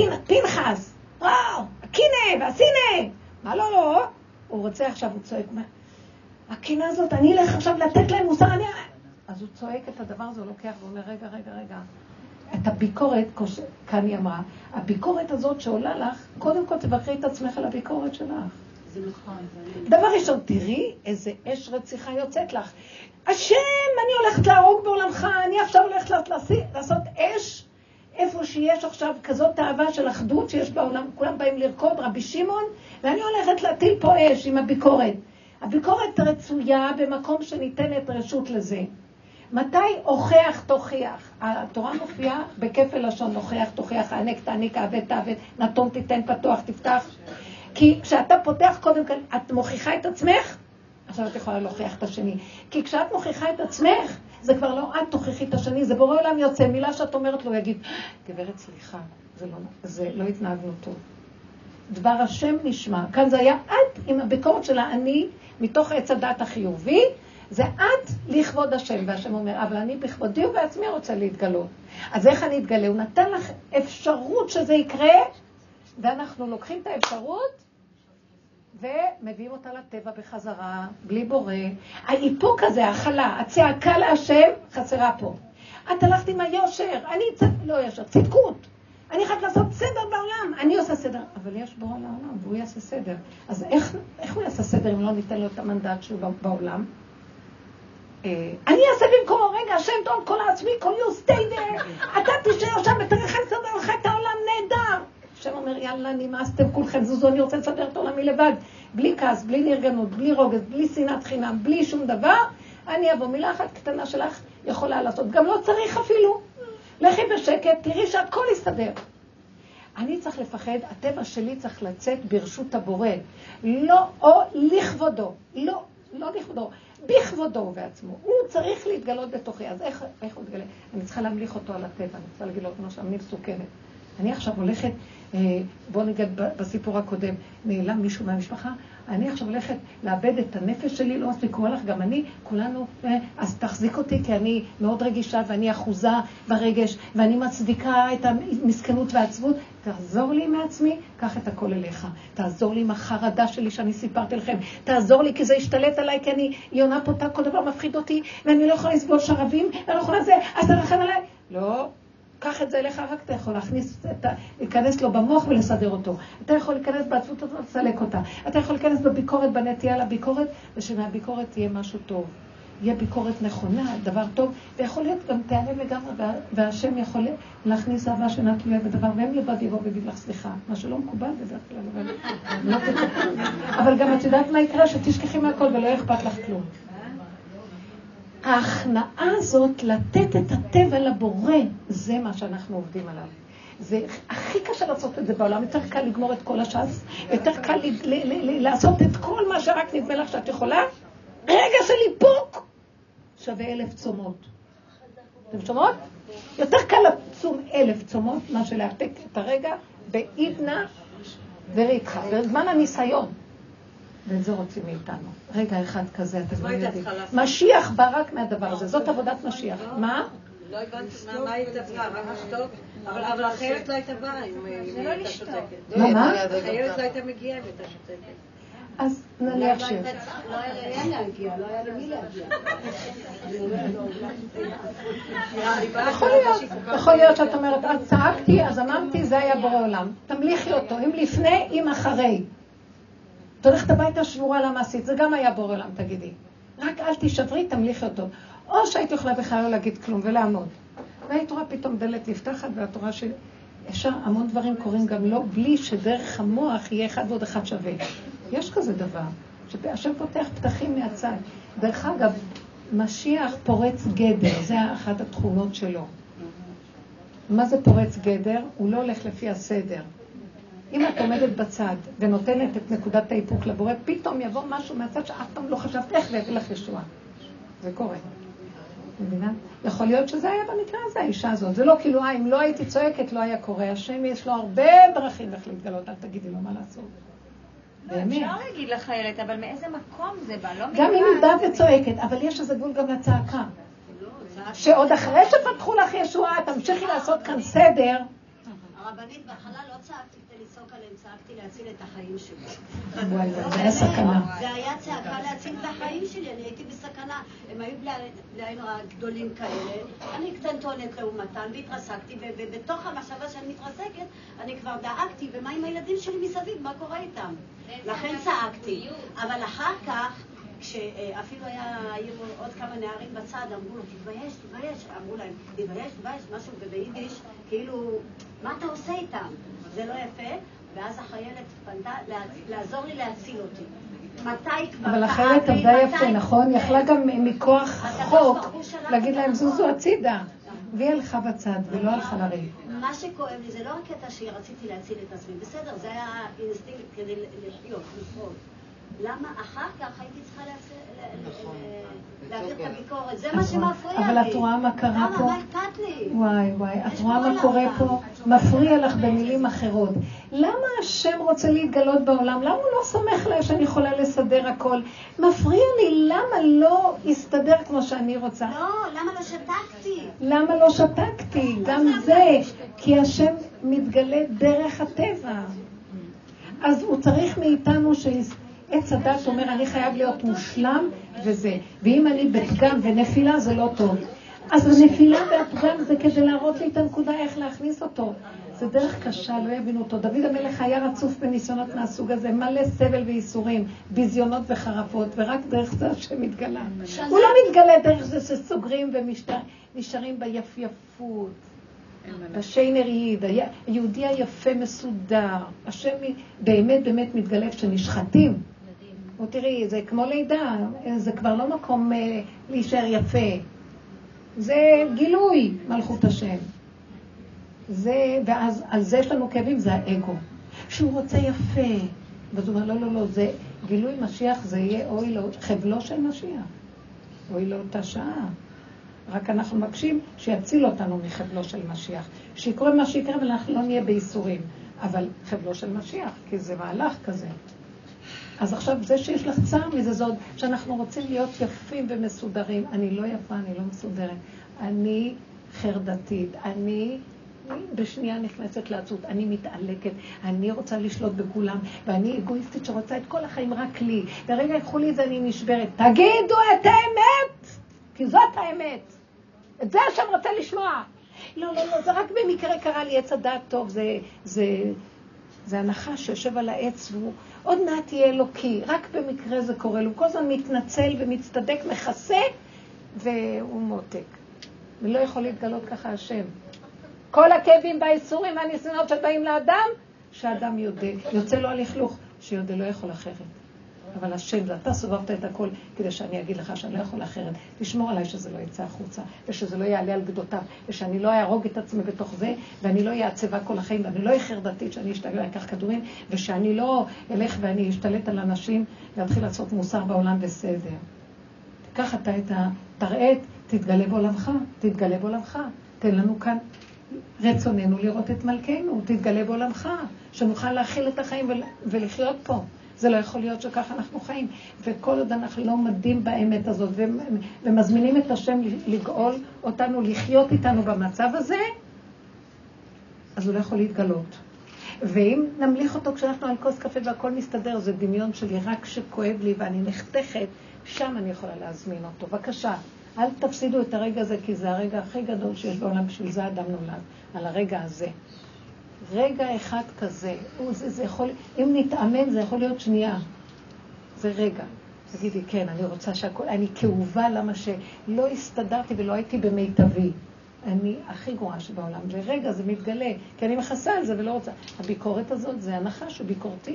פנחס, וואו, הקינה והסינה. מה לא? הוא רוצה עכשיו, הוא צועק, הקינה הזאת, אני אלך עכשיו לתת להם מוסר, אז הוא צועק את הדבר הזה, הוא לוקח ואומר, רגע. את הביקורת, כאן היא אמרה, הביקורת הזאת שעולה לך, קודם כל תבקרי את עצמך על הביקורת שלך. זה נכון. דבר ראשון, תראי איזה אש רציחה יוצאת לך. השם, אני הולכת להרוג בעולמך, אני עכשיו הולכת לעשות אש, איפה שיש עכשיו כזאת תאווה של אחדות שיש בעולם, כולם באים לרקוד, רבי שמעון, ואני הולכת להטיל פה אש עם הביקורת. הביקורת רצויה במקום שניתנת רשות לזה. מתי הוכח תוכיח? התורה מופיעה בכפל לשון, הוכח תוכיח, הענק תעניק, עבד תעבד, נתון תיתן, פתוח תפתח. כי כשאתה פותח קודם כל, את מוכיחה את עצמך, עכשיו את יכולה להוכיח את השני. כי כשאת מוכיחה את עצמך, זה כבר לא את תוכיחי את השני, זה בורא עולם יוצא, מילה שאת אומרת לו יגיד, גברת סליחה, זה לא התנהגנו טוב. דבר השם נשמע. כאן זה היה את עם הביקורת של אני, מתוך עץ הדת החיובי, זה את לכבוד השם, והשם אומר, אבל אני בכבודי ובעצמי רוצה להתגלות. אז איך אני אתגלה? הוא נתן לך אפשרות שזה יקרה, ואנחנו לוקחים את האפשרות, ומביאים אותה לטבע בחזרה, בלי בורא. האיפוק הזה, החלה, הצעקה להשם, חסרה פה. את הלכת עם היושר, לא יושר, צדקות. אני חייבת לעשות סדר בעולם, אני עושה סדר. אבל יש בורא לעולם, והוא יעשה סדר. אז איך הוא יעשה סדר אם לא ניתן לו את המנדט שלו בעולם? אני אעשה במקומו, רגע, השם טוב, כל העצמי, כל you stay there. אתה תשאר שם ותרחם לסדר לך את העולם נהדר. השם אומר, יאללה, נמאסתם כולכם, זוזו, אני רוצה לסדר את העולמי לבד. בלי כעס, בלי נרגנות, בלי רוגז, בלי שנאת חינם, בלי שום דבר. אני אבוא, מילה אחת קטנה שלך יכולה לעשות. גם לא צריך אפילו. לכי בשקט, תראי שהכל יסתדר. אני צריך לפחד, הטבע שלי צריך לצאת ברשות הבורא. לא, או לכבודו. לא לכבודו. בכבודו בעצמו. הוא צריך להתגלות בתוכי. אז איך הוא מתגלה? אני צריכה להמליך אותו על הטבע. אני צריכה להגיד לו, כמו שאני מסוכנת. אני עכשיו הולכת, בוא נגיד בסיפור הקודם, נעלם מישהו מהמשפחה, אני עכשיו הולכת לאבד את הנפש שלי, לא מספיק לקרוא לך, גם אני, כולנו, אז תחזיק אותי, כי אני מאוד רגישה, ואני אחוזה ברגש, ואני מצדיקה את המסכנות והעצבות, תעזור לי מעצמי, קח את הכל אליך, תעזור לי עם החרדה שלי שאני סיפרתי לכם, תעזור לי כי זה ישתלט עליי, כי אני יונה פותה, כל דבר מפחיד אותי, ואני לא יכולה לסבול שרבים, ואני לא יכולה זה, אז תרחם עליי. לא. קח את זה אליך, רק אתה יכול להיכנס לו במוח ולסדר אותו. אתה יכול להיכנס בעצבות הזאת ולסלק אותה. אתה יכול להיכנס בביקורת, בנטייה לביקורת, ושמהביקורת תהיה משהו טוב. יהיה ביקורת נכונה, דבר טוב, ויכול להיות גם תיעלם לגמרי, והשם יכול להכניס אהבה שאינה תלויה בדבר, והם לבד יבוא ויגיד לך סליחה. מה שלא מקובל בדרך כלל, אבל גם את יודעת מה יקרה? שתשכחי מהכל ולא אכפת לך כלום. ההכנעה הזאת, לתת את הטבע לבורא, זה מה שאנחנו עובדים עליו. זה הכי קשה לעשות את זה בעולם, יותר קל לגמור את כל הש"ס, יותר קל לעשות את כל מה שרק נדמה לך שאת יכולה. רגע של איפוק שווה 1,000 צומות. אתם שומעות? יותר קל לצום 1,000 צומות, מה שלהפק את הרגע בעידנה וריתחה, בזמן הניסיון. ואת זה רוצים מאיתנו. רגע אחד כזה, אתם לא יודעים. משיח בא רק מהדבר הזה, זאת עבודת משיח. מה? לא הבנתי מה היית באה, ממש טוב, אבל החיילת לא הייתה באה אם הייתה שותקת. מה? החיילת לא הייתה מגיעה אם הייתה שותקת. אז נניח ש... לא היה להגיע, לא היה למי להגיע. יכול להיות שאת אומרת, את צעקתי, אז אמרתי, זה היה בורא עולם. תמליכי אותו, אם לפני, אם אחרי. את הולכת הביתה שבורה למעשית, זה גם היה בורא עולם, תגידי. רק אל תשברי, תמליכי אותו. או שהיית יכולה בכלל לא להגיד כלום ולעמוד. והיית רואה פתאום דלת נפתחת, ואת רואה שאפשר, המון דברים קורים גם לא, בלי שדרך המוח יהיה אחד ועוד אחד שווה. יש כזה דבר, שהשם פותח פתחים מהצד. דרך אגב, משיח פורץ גדר, זה אחת התכונות שלו. מה זה פורץ גדר? הוא לא הולך לפי הסדר. אם את עומדת בצד ונותנת את נקודת האיפוק לבורא, פתאום יבוא משהו מהצד שאף פעם לא חשבת איך להביא לך ישועה. זה קורה. מבינה? יכול להיות שזה היה במקרה הזה, האישה הזאת. זה לא כאילו, אם לא הייתי צועקת, לא היה קורה. השם יש לו הרבה דרכים איך להתגלות, אל תגידי לו מה לעשות. אפשר להגיד לחיילת, אבל מאיזה מקום זה בא? גם אם היא באה וצועקת, אבל יש איזה גבול גם לצעקה. שעוד אחרי שפתחו לך ישועה, תמשיכי לעשות כאן סדר. הרבנית, בהתחלה לא צעקתי כדי לצעוק עליהם, צעקתי להציל את החיים שלי. זה היה סכנה. זה היה צעקה להציל את החיים שלי, אני הייתי בסכנה. הם היו בלי נורא גדולים כאלה, אני קטנטונת לעומתן והתרסקתי, ובתוך המחשבה שאני מתרסקת, אני כבר דאגתי, ומה עם הילדים שלי מסביב, מה קורה איתם? לכן צעקתי. אבל אחר כך, כשאפילו היו עוד כמה נערים בצד, אמרו לו, תתבייש, תתבייש, אמרו להם, תתבייש, תתבייש, משהו ביידיש, כאילו, מה אתה עושה איתם? זה לא יפה, ואז החיילת פנתה לעזור לי להציל אותי. מתי כבר... אבל החיילת עבדה יפה, נכון? יכלה גם מכוח חוק להגיד להם, זוזו הצידה. והיא הלכה בצד ולא הלכה לריב. מה שכואב לי זה לא רק קטע שרציתי להציל את עצמי, בסדר, זה היה אינסטינקט כדי לחיות, לשרוד. למה אחר כך הייתי צריכה להעביר את הביקורת? זה מה שמפריע לי. אבל את רואה מה קרה פה? מה אכפת לי? וואי, את רואה מה קורה פה? מפריע לך במילים אחרות. למה השם רוצה להתגלות בעולם? למה הוא לא סומך לה שאני יכולה לסדר הכל? מפריע לי, למה לא יסתדר כמו שאני רוצה? לא, למה לא שתקתי? למה לא שתקתי? גם זה, כי השם מתגלה דרך הטבע. אז הוא צריך מאיתנו עץ הדת אומר, אני חייב להיות מושלם וזה. ואם אני בפגם ונפילה זה לא טוב. אז הנפילה והפגם זה כדי להראות לי את הנקודה איך להכניס אותו. זה דרך קשה, לא יבינו אותו. דוד המלך היה רצוף בניסיונות מהסוג הזה, מלא סבל וייסורים, ביזיונות וחרפות, ורק דרך זה השם מתגלה. הוא לא מתגלה דרך זה שסוגרים ונשארים ביפייפות. בשיינר יעיד, היהודי היפה מסודר. השם באמת באמת מתגלה כשנשחטים. תראי, זה כמו לידה, זה כבר לא מקום להישאר יפה. זה גילוי מלכות השם. ואז על זה יש לנו כאבים, זה האגו. שהוא רוצה יפה. ואז הוא אומר, לא, זה גילוי משיח, זה יהיה אוי לו, חבלו של משיח. אוי לו אותה שעה. רק אנחנו מבקשים שיציל אותנו מחבלו של משיח. שיקרה מה שיקרה ואנחנו לא נהיה בייסורים. אבל חבלו של משיח, כי זה מהלך כזה. אז עכשיו זה שיש לך צער מזה, זאת שאנחנו רוצים להיות יפים ומסודרים. אני לא יפה, אני לא מסודרת. אני חרדתית, אני בשנייה נכנסת לעצות, אני מתעלקת, אני רוצה לשלוט בכולם, ואני אגואיסטית שרוצה את כל החיים רק לי. ורגע יקחו לי את זה, אני נשברת. תגידו את האמת! כי זאת האמת. את זה השם רוצה לשמוע. לא, זה רק במקרה קרה לי עץ הדעת טוב, זה הנחה שיושב על העץ והוא עוד מעט יהיה אלוקי, רק במקרה זה קורה לו, כל הזמן מתנצל ומצטדק, מכסה והוא מותק. ולא יכול להתגלות ככה השם. כל הכאבים והאיסורים והניסיונות שבאים לאדם, שהאדם יוצא לו הלכלוך, שיודע לא יכול אחרת. אבל השם, אתה סובבת את הכל כדי שאני אגיד לך שאני לא יכול אחרת. תשמור עליי שזה לא יצא החוצה, ושזה לא יעלה על גדותיו, ושאני לא אהרוג את עצמי בתוך זה, ואני לא אהיה עצבה כל החיים, ואני לא אהיה חרדתית שאני אשתגע לקח כדורים, ושאני לא אלך ואני אשתלט על אנשים, ואתחיל לעשות מוסר בעולם בסדר. ככה אתה תראה, תתגלה בעולמך, תתגלה בעולמך. תן לנו כאן רצוננו לראות את מלכנו, תתגלה בעולמך, שנוכל להכיל את החיים ולחיות פה. זה לא יכול להיות שככה אנחנו חיים. וכל עוד אנחנו לא עומדים באמת הזאת, ומזמינים את השם לגאול אותנו, לחיות איתנו במצב הזה, אז הוא לא יכול להתגלות. ואם נמליך אותו כשאנחנו על כוס קפה והכל מסתדר, זה דמיון שלי, רק שכואב לי ואני נחתכת, שם אני יכולה להזמין אותו. בבקשה, אל תפסידו את הרגע הזה, כי זה הרגע הכי גדול שיש בעולם, בשביל זה אדם נולד, על הרגע הזה. רגע אחד כזה, זה יכול, אם נתאמן זה יכול להיות שנייה. זה רגע. תגידי, כן, אני רוצה שהכל, אני כאובה למה שלא הסתדרתי ולא הייתי במיטבי. אני הכי גרועה שבעולם, ורגע זה מתגלה, כי אני מכסה על זה ולא רוצה. הביקורת הזאת זה הנחש, הוא ביקורתי.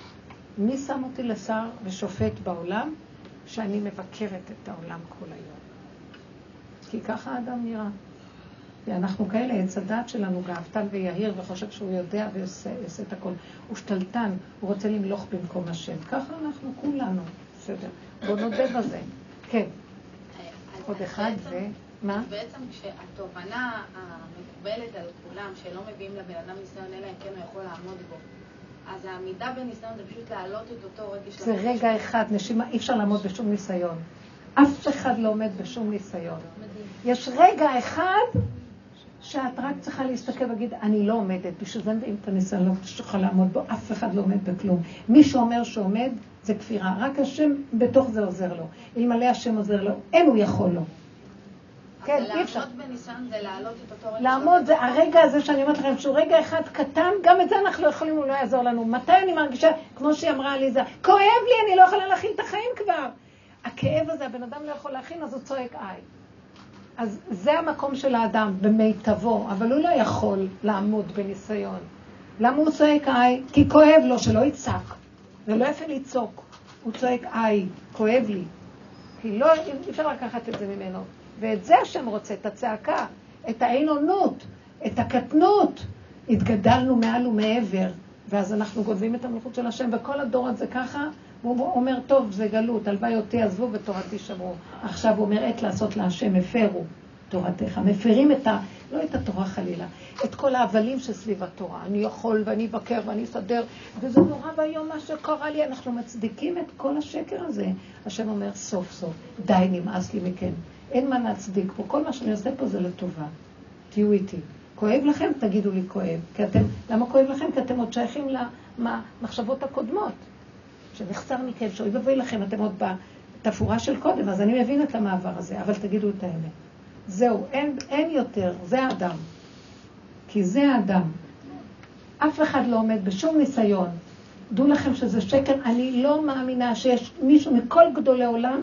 מי שם אותי לשר ושופט בעולם? שאני מבקרת את העולם כל היום. כי ככה האדם נראה. כי אנחנו כאלה, עץ הדת שלנו גאוותן ויהיר וחושב שהוא יודע ועושה את הכל. הוא שתלטן, הוא רוצה למלוך במקום השם. ככה אנחנו כולנו. בסדר. בוא נודה בזה. כן. עוד אחד מה? בעצם כשהתובנה המקובלת על כולם, שלא מביאים לבן אדם ניסיון, אלא אם כן הוא יכול לעמוד בו. אז העמידה בניסיון זה פשוט להעלות את אותו רגש. זה רגע אחד, נשימה, אי אפשר לעמוד בשום ניסיון. אף אחד לא עומד בשום ניסיון. יש רגע אחד שאת רק צריכה להסתכל ולהגיד, אני לא עומדת, בשביל זה אם את הניסיון לא תוכל לעמוד בו, אף אחד לא עומד בכלום. מי שאומר שעומד, זה כפירה. רק השם בתוך זה עוזר לו. אלמלא השם עוזר לו, אין הוא יכול לו. כן, אי אפשר. לעמוד בניסיון זה להעלות את אותו רגע. לעמוד זה הרגע הזה שאני אומרת לכם, שהוא רגע אחד קטן, גם את זה אנחנו לא יכולים, הוא לא יעזור לנו. מתי אני מרגישה, כמו שהיא אמרה עליזה, כואב לי, אני לא יכולה להכין את החיים כבר. הכאב הזה, הבן אדם לא יכול להכין, אז הוא צועק איי. אז זה המקום של האדם, במיטבו, אבל הוא לא יכול לעמוד בניסיון. למה הוא צועק איי? כי כואב לו, שלא יצעק. זה לא יפה לצעוק. הוא צועק איי, כואב לי. כי לא, אפשר לקחת את זה ממנו. ואת זה השם רוצה, את הצעקה, את העינונות, את הקטנות. התגדלנו מעל ומעבר, ואז אנחנו גודלים את המלכות של השם, וכל הדור הזה ככה, הוא אומר, טוב, זה גלות, הלוואי אותי עזבו ותורתי שמרו. עכשיו הוא אומר, עת לעשות להשם, הפרו תורתך. מפרים לא את התורה חלילה, את כל ההבלים שסביב התורה. אני יכול ואני אבקר ואני אסדר, וזה נורא והיום מה שקרה לי, אנחנו מצדיקים את כל השקר הזה. השם אומר, סוף סוף, די, נמאס לי מכם. אין מה להצדיק פה, כל מה שאני עושה פה זה לטובה. תהיו איתי. כואב לכם? תגידו לי כואב. למה כואב לכם? כי אתם עוד שייכים למחשבות הקודמות. שנחסר מכם, שאוי ובואי לכם, אתם עוד בתפורה של קודם, אז אני מבין את המעבר הזה, אבל תגידו את האמת. זהו, אין יותר, זה האדם. כי זה האדם. אף אחד לא עומד בשום ניסיון. דעו לכם שזה שקר, אני לא מאמינה שיש מישהו מכל גדולי עולם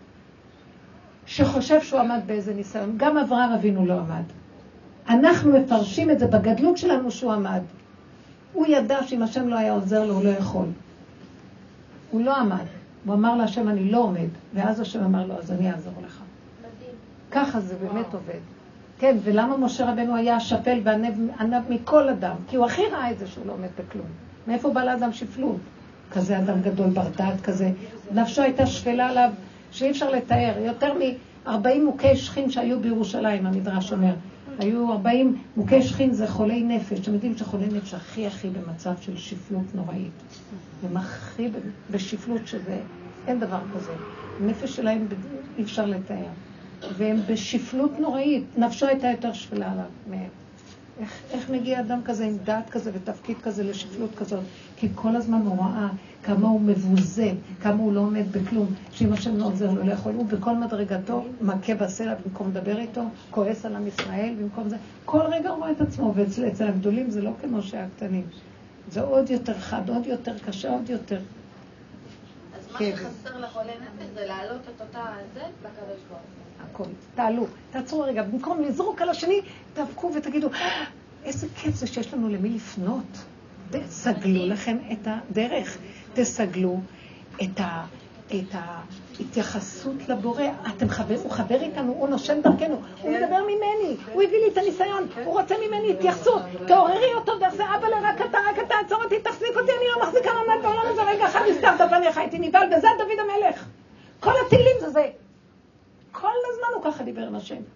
שחושב שהוא עמד באיזה ניסיון. גם אברהם אבינו לא עמד. אנחנו מפרשים את זה בגדלות שלנו שהוא עמד. הוא ידע שאם השם לא היה עוזר לו, הוא לא יכול. הוא לא עמד. הוא אמר להשם, אני לא עומד. ואז השם אמר לו, אז אני אעזור לך. ככה זה באמת עובד. כן, ולמה משה רבנו היה השפל וענב מכל אדם? כי הוא הכי ראה את זה שהוא לא עומד בכלום. מאיפה בא לאדם שפלות? כזה אדם גדול ברדעת כזה. נפשו הייתה שפלה עליו שאי אפשר לתאר. יותר מ-40 מוכי שכין שהיו בירושלים, המדרש אומר. היו 40 מוכי שכין, זה חולי נפש. אתם יודעים שחולי נפש הכי במצב של שפלות נוראית. הם הכי בשפלות שזה, אין דבר כזה. הנפש שלהם אי אפשר לתאר. והם בשפלות נוראית. נפשו הייתה יותר שפלה עליו מהם. איך מגיע אדם כזה עם דעת כזה ותפקיד כזה לשפלות כזאת? כי כל הזמן הוא ראה כמה הוא מבוזה, כמה הוא לא עומד בכלום, שאם השם לא עוזר לו לא יכול, הוא בכל מדרגתו מכה בסלע במקום לדבר איתו, כועס על עם ישראל במקום זה. כל רגע הוא רואה את עצמו, ואצל הגדולים זה לא כמו שהקטנים. זה עוד יותר חד, עוד יותר קשה, עוד יותר. אז מה שחסר לחולי נפש זה להעלות את אותה זה לקדוש ברוך הוא. הכל, תעלו, תעצרו רגע, במקום לזרוק על השני, תאבקו ותגידו, איזה כיף זה שיש לנו למי לפנות. תסגלו לכם את הדרך, תסגלו את ההתייחסות לבורא. הוא חבר איתנו, הוא נושם דרכנו, הוא מדבר ממני, הוא הביא לי את הניסיון, הוא רוצה ממני התייחסות, תעוררי אותו דרך זה, אבא רק אתה, עצור אותי, תחזיק אותי, אני לא מחזיקה ממד בעולם הזה, רגע אחד נסתרת פניך, הייתי נבהל, וזה דוד המלך. כל הטילים זה. כל הזמן הוא ככה דיבר עם השם.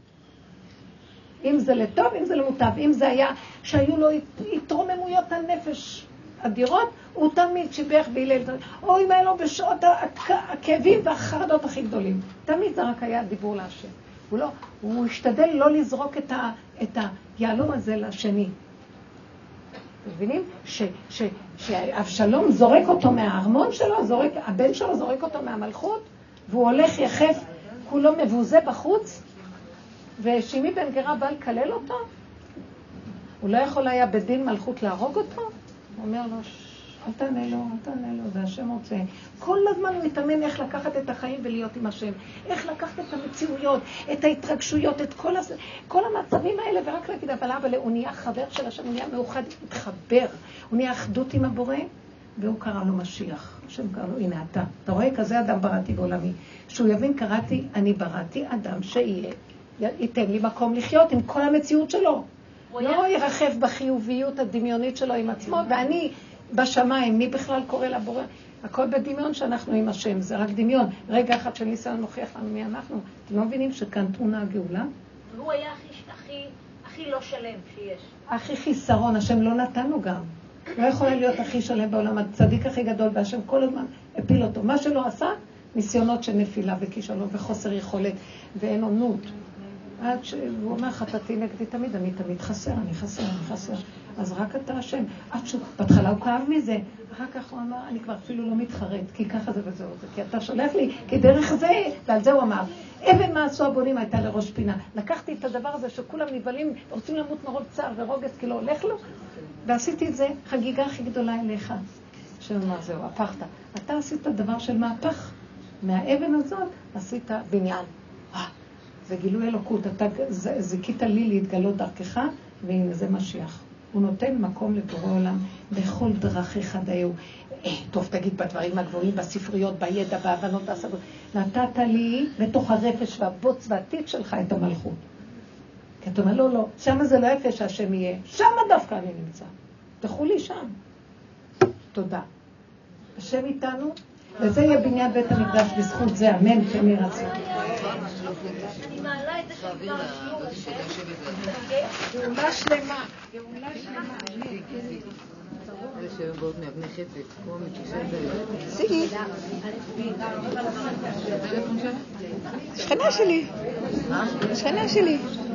אם זה לטוב, אם זה למוטב, אם זה היה שהיו לו התרוממויות הנפש אדירות, הוא תמיד שיבח בהילל, אוי מה לו בשעות הכאבים והחרדות הכי גדולים. תמיד זה רק היה דיבור להשם. הוא השתדל לא לזרוק את היעלום הזה לשני. מבינים? שאבשלום זורק אותו מהארמון שלו, הבן שלו זורק אותו מהמלכות, והוא הולך יחף, כולו מבוזה בחוץ, ושימי בן גרה בא לקלל אותו, הוא לא יכול היה בדין מלכות להרוג אותו, הוא אומר לו, אל תענה לו, זה השם רוצה. כל הזמן הוא מתאמן איך לקחת את החיים ולהיות עם השם, איך לקחת את המציאויות, את ההתרגשויות, את כל המצבים האלה, ורק להגיד, אבל הוא נהיה חבר של השם, הוא נהיה מאוחד, מתחבר, הוא נהיה אחדות עם הבורא, והוא קרא לו משיח. השם קרא לו, הנה אתה רואה, כזה אדם בראתי בעולמי. שהוא יבין, אני בראתי אדם שיהיה, ייתן לי מקום לחיות עם כל המציאות שלו. לא ירחב בחיוביות הדמיונית שלו עם עצמו, ואני בשמיים, מי בכלל קורא לבורא? הכל בדמיון שאנחנו עם השם, זה רק דמיון. רגע אחד של ניסיון מוכיח לנו מי אנחנו. אתם לא מבינים שכאן תמונה הגאולה? והוא היה הכי לא שלם שיש. הכי חיסרון, השם לא נתנו גם. לא יכולה להיות הכי שלם בעולם, הצדיק הכי גדול, והשם כל הזמן הפיל אותו. מה שלא עשה, ניסיונות של נפילה וכישלון וחוסר יכולת ואין עונות. עד שהוא אומר, חטאתי נגדי תמיד, אני תמיד חסר. אז רק אתה השם. עד שבהתחלה הוא כאב מזה. אחר כך הוא אמר, אני כבר אפילו לא מתחרט, כי ככה זה וזהו זה. כי אתה שולח לי, כי דרך זה, ועל זה הוא אמר, אבן מה עשו הבונים הייתה לראש פינה. לקחתי את הדבר הזה שכולם נבלים, רוצים למות מרוב צער ורוגז, כי לא הולך לו, ועשיתי את זה חגיגה הכי גדולה אליך. שאומר, זהו, הפכת. אתה עשית דבר של מהפך. מהאבן הזאת עשית בניין. זה גילוי אלוקות, אתה זכית לי להתגלות דרכך, והנה זה משיח. הוא נותן מקום לבורא עולם בכל דרכיך דיהו. טוב, תגיד בדברים הגבוהים, בספריות, בידע, בהבנות, בהשגות. נתת לי בתוך הרפש והבוץ והעתיד שלך את המלכות. כי אתה אומר, לא, שם זה לא יפה שהשם יהיה. שם דווקא אני נמצא. תלכו לי שם. תודה. השם איתנו, וזה יהיה בניין בית המקדש בזכות זה, אמן, כן יהיה רצון. אני מעלה את זה שכבר שיעור השם. גאולה שלמה. זה שבאות מאבני חפץ, כמו מכיסא זה. סיגי. שכנה שלי.